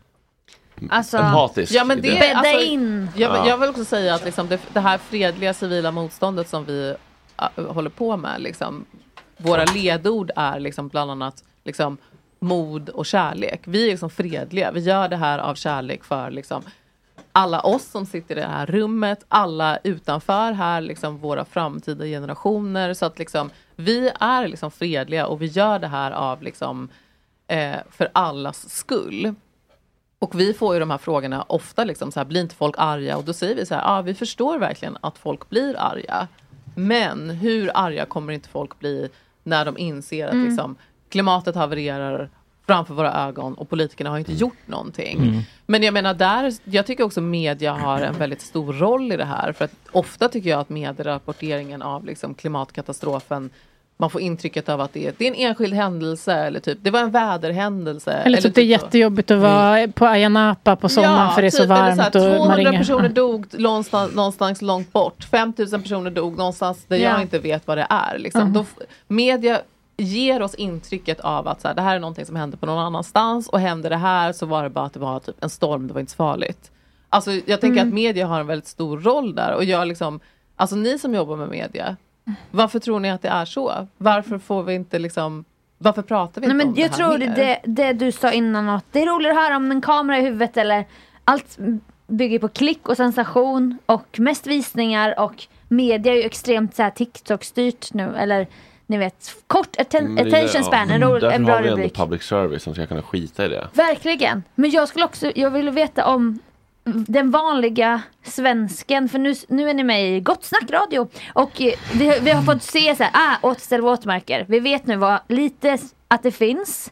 empatisk. Ja, men det bädda in. Jag vill också säga att liksom det här fredliga civila motståndet som vi håller på med, liksom, våra ledord är liksom bland annat liksom mod och kärlek. Vi är liksom fredliga. Vi gör det här av kärlek för liksom alla oss som sitter i det här rummet, alla utanför här, liksom våra framtida generationer, så att liksom vi är liksom fredliga och vi gör det här av liksom för allas skull. Och vi får ju de här frågorna ofta liksom så här, blir inte folk arga? Och då säger vi så här, vi förstår verkligen att folk blir arga. Men hur arga kommer inte folk bli när de inser att liksom, klimatet havererar framför våra ögon och politikerna har inte gjort någonting. Men jag menar, jag tycker också media har en väldigt stor roll i det här. För att ofta tycker jag att medierapporteringen av liksom, klimatkatastrofen, man får intrycket av att det är en enskild händelse, eller typ det var en väderhändelse. Eller typ det är jättejobbigt att vara på Ayia Napa på sommaren för det är så varmt. Så här, 200 personer dog någonstans långt bort. 5000 personer dog någonstans där jag inte vet vad det är. Liksom. Media ger oss intrycket av att så här, det här är någonting som händer på någon annanstans, och händer det här så var det bara att det var typ en storm, det var inte så farligt. Alltså jag tänker att media har en väldigt stor roll där, och jag liksom, alltså ni som jobbar med media, varför tror ni att det är så? Varför får vi inte liksom, varför pratar vi inte om det här? Jag tror det du sa innan, att det är roligt att höra om en kamera i huvudet, eller allt bygger på klick och sensation och mest visningar, och media är ju extremt så här TikTok-styrt nu, eller ni vet, kort attention span, en bra rubrik. Därför har vi ändå public service som ska kunna skita i det. Verkligen. Men jag vill veta om den vanliga svensken, för nu är ni med i Gott Snack Radio, och vi har fått se så här, återställ våtmarker. Vi vet nu lite att det finns.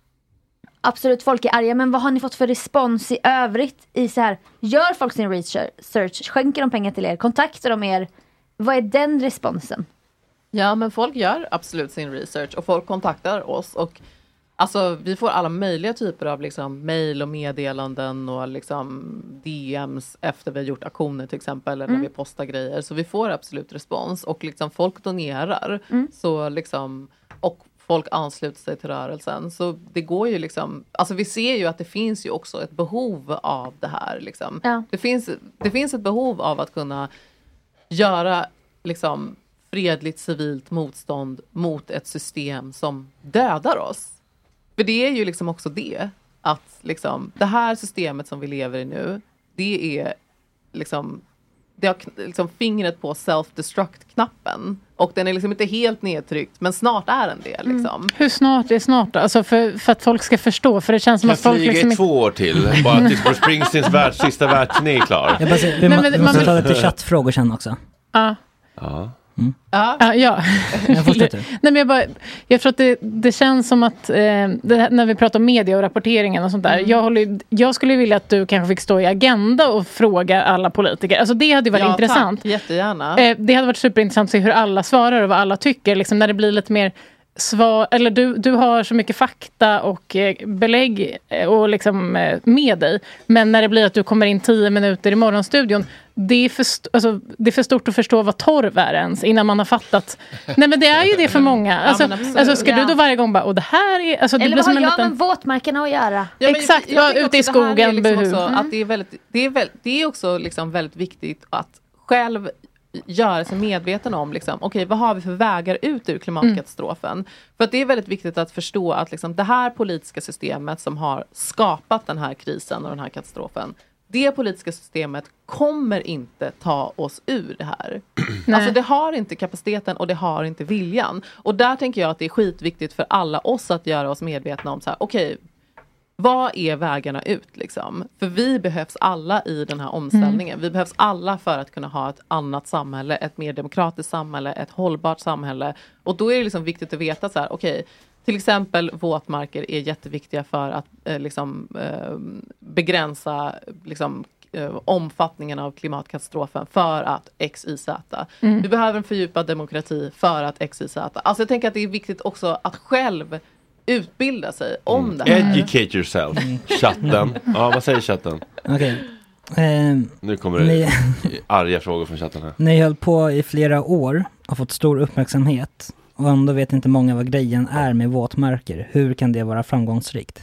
Absolut, folk är arga, men vad har ni fått för respons i övrigt i så här, gör folk sin research, skänker de pengar till er, kontaktar de er? Vad är den responsen? Ja, men folk gör absolut sin research och folk kontaktar oss, och alltså vi får alla möjliga typer av liksom mejl och meddelanden och liksom DMs efter vi har gjort aktioner till exempel, eller när vi postar grejer, så vi får absolut respons, och liksom folk donerar så liksom, och folk ansluter sig till rörelsen, så det går ju liksom, alltså vi ser ju att det finns ju också ett behov av det här liksom. Det finns ett behov av att kunna göra liksom fredligt civilt motstånd mot ett system som dödar oss. För det är ju liksom också det, att liksom det här systemet som vi lever i nu, det är liksom, det har liksom fingret på self-destruct-knappen, och den är liksom inte helt nedtryckt, men snart är den det liksom. Hur snart är snart? Alltså för att folk ska förstå, för det känns som att folk liksom 2 år till, bara att Bruce Springsteens sista världsturné är klar. Vi måste ta lite chattfrågor sen också. Ja. Jag Nej, men jag tror att det känns som att när vi pratar om media och rapporteringen och sånt där, jag skulle vilja att du kanske fick stå i Agenda och fråga alla politiker. Alltså det hade ju varit intressant. Tack, jättegärna. Det hade varit superintressant att se hur alla svarar och vad alla tycker, liksom, när det blir lite mer svar, eller du har så mycket fakta och belägg och liksom med dig, men när det blir att du kommer in 10 minuter i morgonstudion, det är för stort att förstå vad torv är ens innan man har fattat. Nej, men det är ju det för många. Alltså ska du då varje gång bara, och det här är, alltså det eller blir som vad har jag med våtmarkerna att göra? Ja, exakt, ute i skogen. Liksom också, att det är också liksom väldigt viktigt att själv göra sig medveten om liksom, okej, vad har vi för vägar ut ur klimatkatastrofen? För att det är väldigt viktigt att förstå att liksom, det här politiska systemet som har skapat den här krisen och den här katastrofen det politiska systemet kommer inte ta oss ur det här. Alltså det har inte kapaciteten och det har inte viljan. Och där tänker jag att det är skitviktigt för alla oss att göra oss medvetna om så här, okej, vad är vägarna ut liksom? För vi behövs alla i den här omställningen. Vi behövs alla för att kunna ha ett annat samhälle, ett mer demokratiskt samhälle, ett hållbart samhälle. Och då är det liksom viktigt att veta så här, okej, till exempel våtmarker är jätteviktiga för att begränsa liksom, omfattningen av klimatkatastrofen för att XYZ. Vi behöver en fördjupad demokrati för att XYZ. Alltså jag tänker att det är viktigt också att själv utbilda sig om det här. Educate yourself. Chatten. Ja, vad säger chatten? Okej. Nu kommer det arga frågor från chatten här. Ni höll på i flera år och fått stor uppmärksamhet. Och ändå vet inte många vad grejen är med våtmarker. Hur kan det vara framgångsrikt?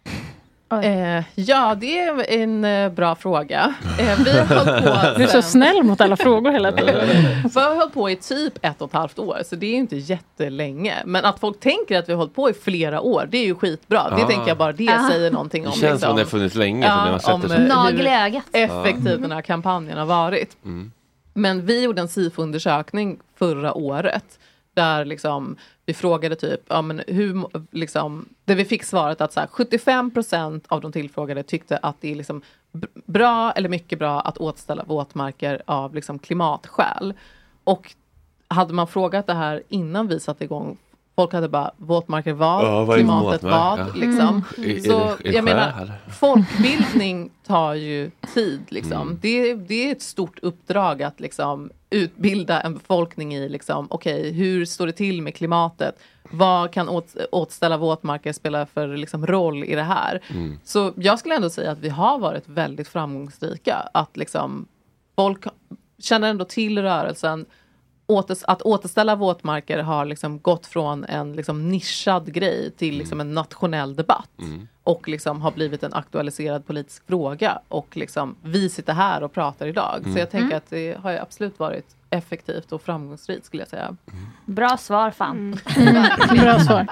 Ja, det är en bra fråga. Vi har på du är så snäll mot alla frågor hela tiden. Vi har hållit på i typ 1,5 år, så det är inte jättelänge. Men att folk tänker att vi har hållit på i flera år, det är ju skitbra. Det tänker jag bara, det säger någonting om. Det känns som det har funnits länge. Om hur effektiv den här kampanjen har varit. Men vi gjorde en SIFO-undersökning förra året. Där liksom, vi frågade typ, ja, men hur, liksom, där vi fick svaret att så här, 75% av de tillfrågade tyckte att det är liksom bra eller mycket bra att återställa våtmarker av liksom klimatskäl. Och hade man frågat det här innan vi satte igång, folk hade bara, våtmarker vad, klimatet vad, liksom. Så jag menar, folkbildning tar ju tid, liksom. Det är ett stort uppdrag att liksom utbilda en befolkning i, liksom, okej, hur står det till med klimatet? Vad kan återställa våtmarker spela för liksom roll i det här? Så jag skulle ändå säga att vi har varit väldigt framgångsrika. Att liksom, folk känner ändå till rörelsen. Att återställa våtmarker har liksom gått från en liksom nischad grej till liksom en nationell debatt. Och liksom har blivit en aktualiserad politisk fråga. Och liksom, vi sitter här och pratar idag. Så jag tänker att det har absolut varit effektivt och framgångsrikt, skulle jag säga. Bra svar, fan. Bra svar.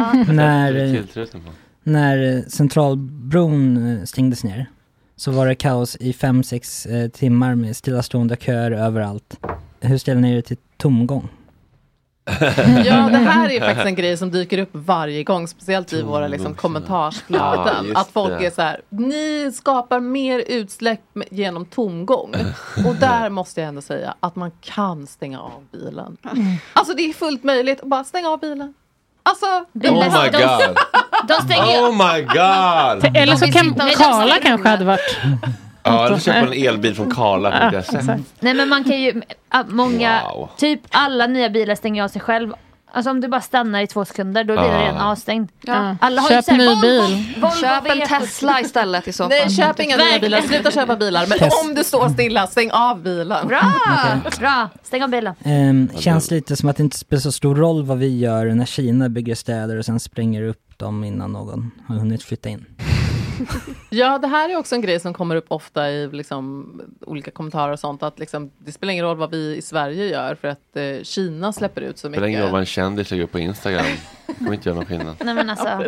När Centralbron stängdes ner så var det kaos i 5-6 timmar med stillastående köer överallt. Hur ställer ni er till tomgång? Ja, det här är faktiskt en grej som dyker upp varje gång, speciellt i våra liksom, kommentarsflöden. Ja, att folk är så här, ni skapar mer utsläpp genom tomgång. Och där måste jag ändå säga att man kan stänga av bilen. Alltså det är fullt möjligt att bara stänga av bilen. Alltså, oh my god. De stänger oh my god. Eller så kan Karla kanske hade varit. Ja, eller köpa en elbil från Karla. Nej, men man kan ju många, typ alla nya bilar stänger av sig själv. Alltså om du bara stannar i 2 sekunder, då blir det redan avstängd. Alla har köp en ny bil. Köp en Tesla istället i så fall. Nej, köp inga nya bilar. Sluta köpa bilar. Men om du står stilla, stäng av bilen. Bra, stäng av bilen. Känns lite som att det inte spelar så stor roll vad vi gör när Kina bygger städer och sen spränger upp dem innan någon har hunnit flytta in. Ja, det här är också en grej som kommer upp ofta i liksom, olika kommentarer och sånt. Att liksom, det spelar ingen roll vad vi i Sverige gör för att Kina släpper ut så mycket. Det spelar ingen roll vad en kändis lägger upp på Instagram. Det kommer inte göra någon skillnad. Nej, men alltså.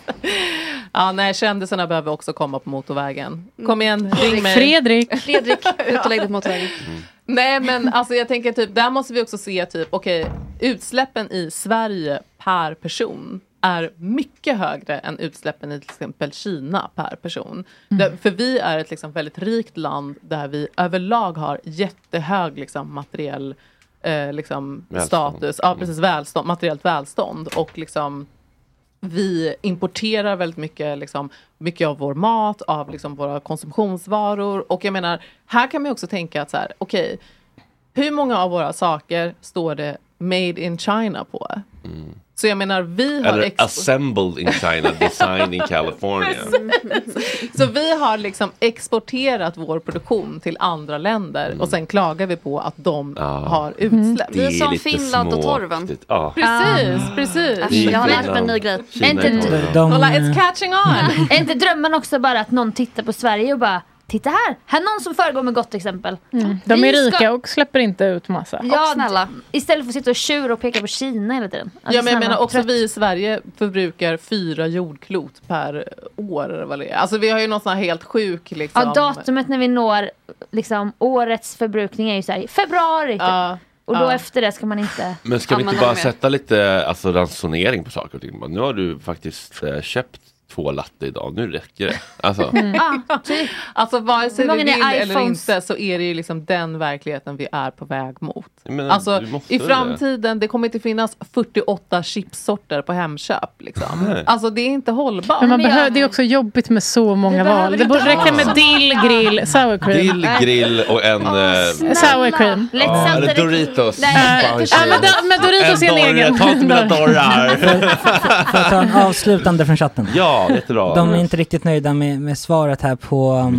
Nej, kändisarna behöver också komma på motorvägen. Kom igen, ring mig. Fredrik, ut och lägg dig på motorvägen. Nej, men alltså jag tänker typ, där måste vi också se typ, okej, utsläppen i Sverige per person är mycket högre än utsläppen i till exempel Kina per person. För vi är ett liksom väldigt rikt land där vi överlag har jättehög liksom materiell liksom status. Ja, precis, välstånd, materiellt välstånd. Och liksom vi importerar väldigt mycket, liksom, mycket av vår mat, av liksom våra konsumtionsvaror. Och jag menar, här kan man också tänka att så här, okej, hur många av våra saker står det Made in China på? Så jag menar, vi har... Eller assembled in China, designed in California. Så vi har liksom exporterat vår produktion till andra länder och sen klagar vi på att de har utsläpp. Det är som Finland och torven. Ja. Precis. Jag har lärt mig en ny grej. It's catching on. Är inte drömmen också bara att någon tittar på Sverige och bara, titta här är någon som föregår med gott exempel. De är rika och släpper inte ut massa. Ja, snälla. Istället för att sitta och tjura och peka på Kina hela tiden. Alltså, men jag menar också vi i Sverige förbrukar 4 jordklot per år. Vad det är. Alltså vi har ju något sån här helt sjuk liksom. Ja, datumet när vi når liksom, årets förbrukning är ju så här, februari. Och då efter det ska man inte... Men ska vi inte bara sätta lite ransonering på saker och ting? Nu har du faktiskt köpt 2 latte idag, nu räcker det. Alltså vare sig vi vill eller inte så är det ju liksom den verkligheten vi är på väg mot. Men, alltså i framtiden det kommer inte finnas 48 chipsorter på Hemköp liksom. Alltså det är inte hållbart. Men det är också jobbigt med så många val. Det borde räcka med dill, grill, sour cream. Dill, grill och en sour cream. Eller Doritos. Men Doritos är en egen. Ta inte mina dorrar. För att ta en avslutande från chatten. Ja, jättebra. De är inte riktigt nöjda med svaret här på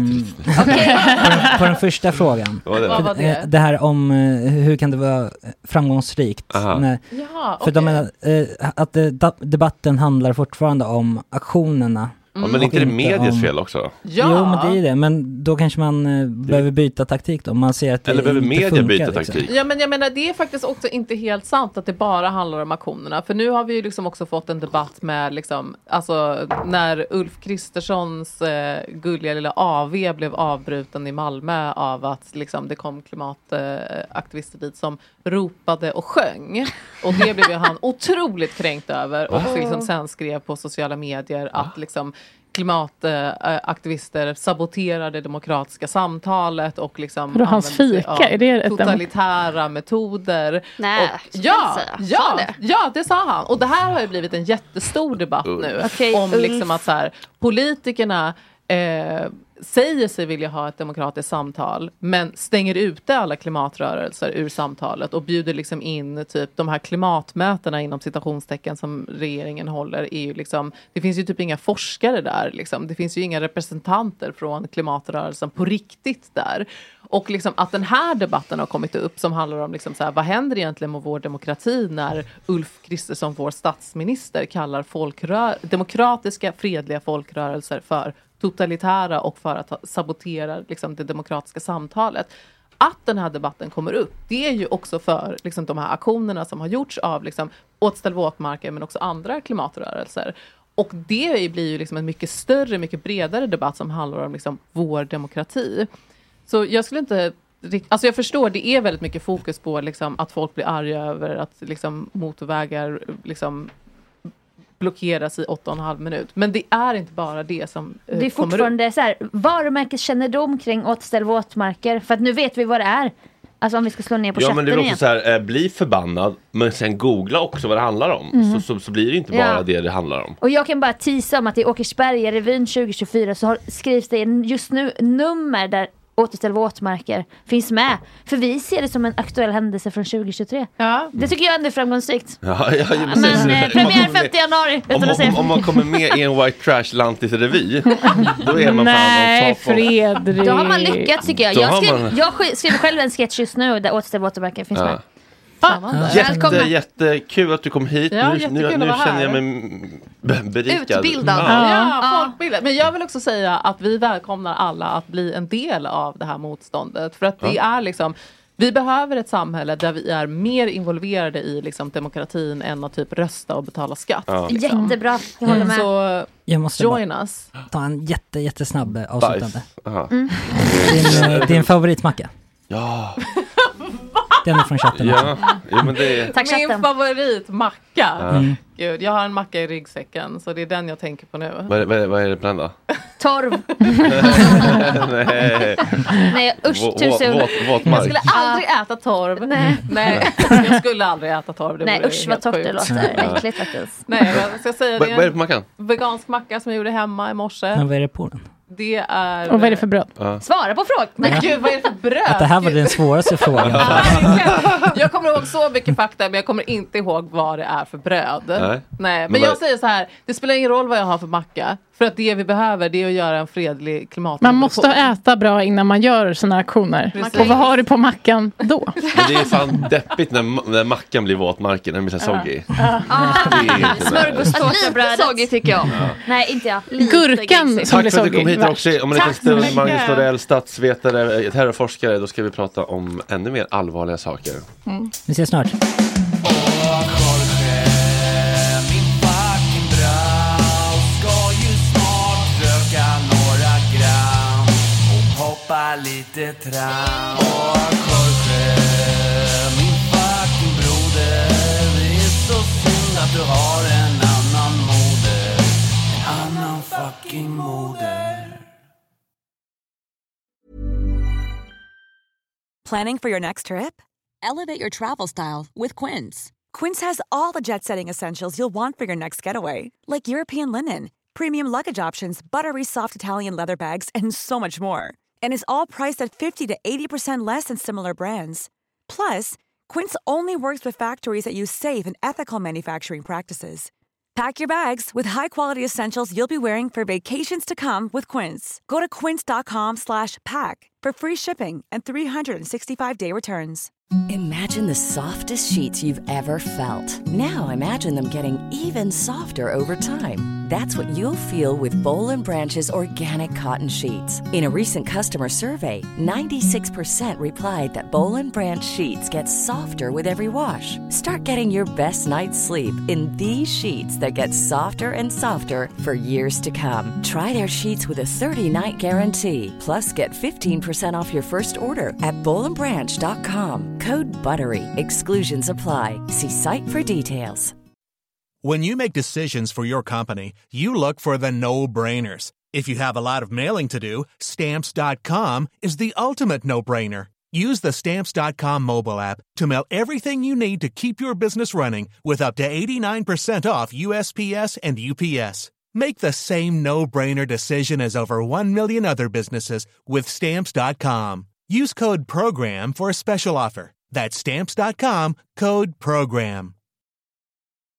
den första frågan. Vad var det? Det här om hur kan det vara framgångsrikt. För de menar att debatten handlar fortfarande om aktionerna. Men inte det medias fel också? Jo, men det är det. Men då kanske man behöver byta taktik då. Man ser att det eller behöver media byta taktik? Liksom. Ja, men jag menar, det är faktiskt också inte helt sant att det bara handlar om aktionerna. För nu har vi ju liksom också fått en debatt med liksom, alltså när Ulf Kristerssons gulliga lilla AV blev avbruten i Malmö av att liksom, det kom klimataktivister dit som ropade och sjöng. Och det blev ju han otroligt kränkt över. Och liksom sen skrev på sociala medier att liksom klimataktivister saboterar det demokratiska samtalet och liksom för hans fika, är det totalitära metoder. Nej, och det sa han. Och det här har ju blivit en jättestor debatt nu om liksom att så här, politikerna säger sig vilja ha ett demokratiskt samtal men stänger ute alla klimatrörelser ur samtalet och bjuder liksom in typ de här klimatmötena inom citationstecken som regeringen håller är ju liksom, det finns ju typ inga forskare där liksom. Det finns ju inga representanter från klimatrörelsen på riktigt där. Och liksom att den här debatten har kommit upp som handlar om liksom så här, vad händer egentligen med vår demokrati när Ulf Kristersson, vår statsminister, kallar demokratiska fredliga folkrörelser för totalitära och för att sabotera liksom, det demokratiska samtalet. Att den här debatten kommer upp, det är ju också för liksom, de här aktionerna som har gjorts av liksom, Återställ våtmarker men också andra klimatrörelser. Och det blir ju liksom en mycket större, mycket bredare debatt som handlar om liksom, vår demokrati. Så jag skulle inte... Alltså jag förstår, det är väldigt mycket fokus på liksom, att folk blir arga över att liksom, motorvägar liksom, blockeras i 8,5 minut. Men det är inte bara det som det är fortfarande så här, varumärkeskännedom kring Återställ våtmarker. För att nu vet vi vad det är. Alltså om vi ska slå ner på chatten men det är också så här, bli förbannad men sen googla också vad det handlar om. Så blir det inte bara det handlar om. Och jag kan bara tisa om att i Åkersberga revyn 2024 så skrivs det just nu nummer där Återställ våtmarker finns med. För vi ser det som en aktuell händelse från 2023. Ja. Det tycker jag ändå är framgångsrikt. Men premiär 5 januari. Om man kommer med i en White Trash Lantis-revy då är man fan Fredrik. Då har man lyckats tycker jag. Jag skriver själv en sketch just nu där Återställ våtmarker finns med. Jättekul att du kom hit. Nu känner jag mig berikad. Utbildad. Folkbildad. Men jag vill också säga att vi välkomnar alla att bli en del av det här motståndet. För att det är liksom, vi behöver ett samhälle där vi är mer involverade i liksom, demokratin än att typ rösta och betala skatt. Liksom. Jättebra, jag håller med. Så jag måste join us. Ta en jättesnabb avslutande. Din favoritmacka? Ja. Den är från chatten. Ja, men det är... Tack, min favoritmacka. Gud, jag har en macka i ryggsäcken så det är den jag tänker på nu. Vad är det på den då? Torv. Nej, usch, tusen. Våtmark. Jag skulle aldrig äta torv. Nej, jag skulle aldrig äta torv. Nej, usch vad torrt det låter. Äckligt faktiskt. Nej, jag ska säga det. Vad är det på mackan? Vegansk macka som jag gjorde hemma i morse. Men vad är det på den? Det är... Och vad är det för bröd? Svara på frågan. Men gud, vad är det för bröd? Att det här var den svåraste frågan. Jag kommer ihåg så mycket fakta, men jag kommer inte ihåg vad det är för bröd. Nej. Men jag säger så här, det spelar ingen roll vad jag har för macka. För att det vi behöver, det är att göra en fredlig klimat. Man måste äta bra innan man gör såna aktioner. Precis. Och vad har du på mackan då? Men det är fan deppigt när mackan blir våtmarken. Den blir så soggy. Smörgåstårtabrödet. Soggy tycker jag. Nej, inte jag. Gurkan som blir soggy. Tack för att du kom hit. Roxy, om en liten stund, Magnus Norell, statsvetare, terrorforskare, då ska vi prata om ännu mer allvarliga saker. Vi ses snart. Lite tram och Jorge, min fucking broder. Det är så synd att du har en annan moder. En annan fucking moder. Planning for your next trip? Elevate your travel style with Quince. Quince has all the jet-setting essentials you'll want for your next getaway, like European linen, premium luggage options, buttery soft Italian leather bags, and so much more. And is all priced at 50 to 80% less than similar brands. Plus, Quince only works with factories that use safe and ethical manufacturing practices. Pack your bags with high-quality essentials you'll be wearing for vacations to come with Quince. Go to quince.com/pack for free shipping and 365-day returns. Imagine the softest sheets you've ever felt. Now imagine them getting even softer over time. That's what you'll feel with Boll & Branch's organic cotton sheets. In a recent customer survey, 96% replied that Boll & Branch sheets get softer with every wash. Start getting your best night's sleep in these sheets that get softer and softer for years to come. Try their sheets with a 30-night guarantee. Plus, get 15% off your first order at bollandbranch.com. Code BUTTERY. Exclusions apply. See site for details. When you make decisions for your company, you look for the no-brainers. If you have a lot of mailing to do, Stamps.com is the ultimate no-brainer. Use the Stamps.com mobile app to mail everything you need to keep your business running with up to 89% off USPS and UPS. Make the same no-brainer decision as over 1 million other businesses with Stamps.com. Use code PROGRAM for a special offer. That's Stamps.com, code PROGRAM.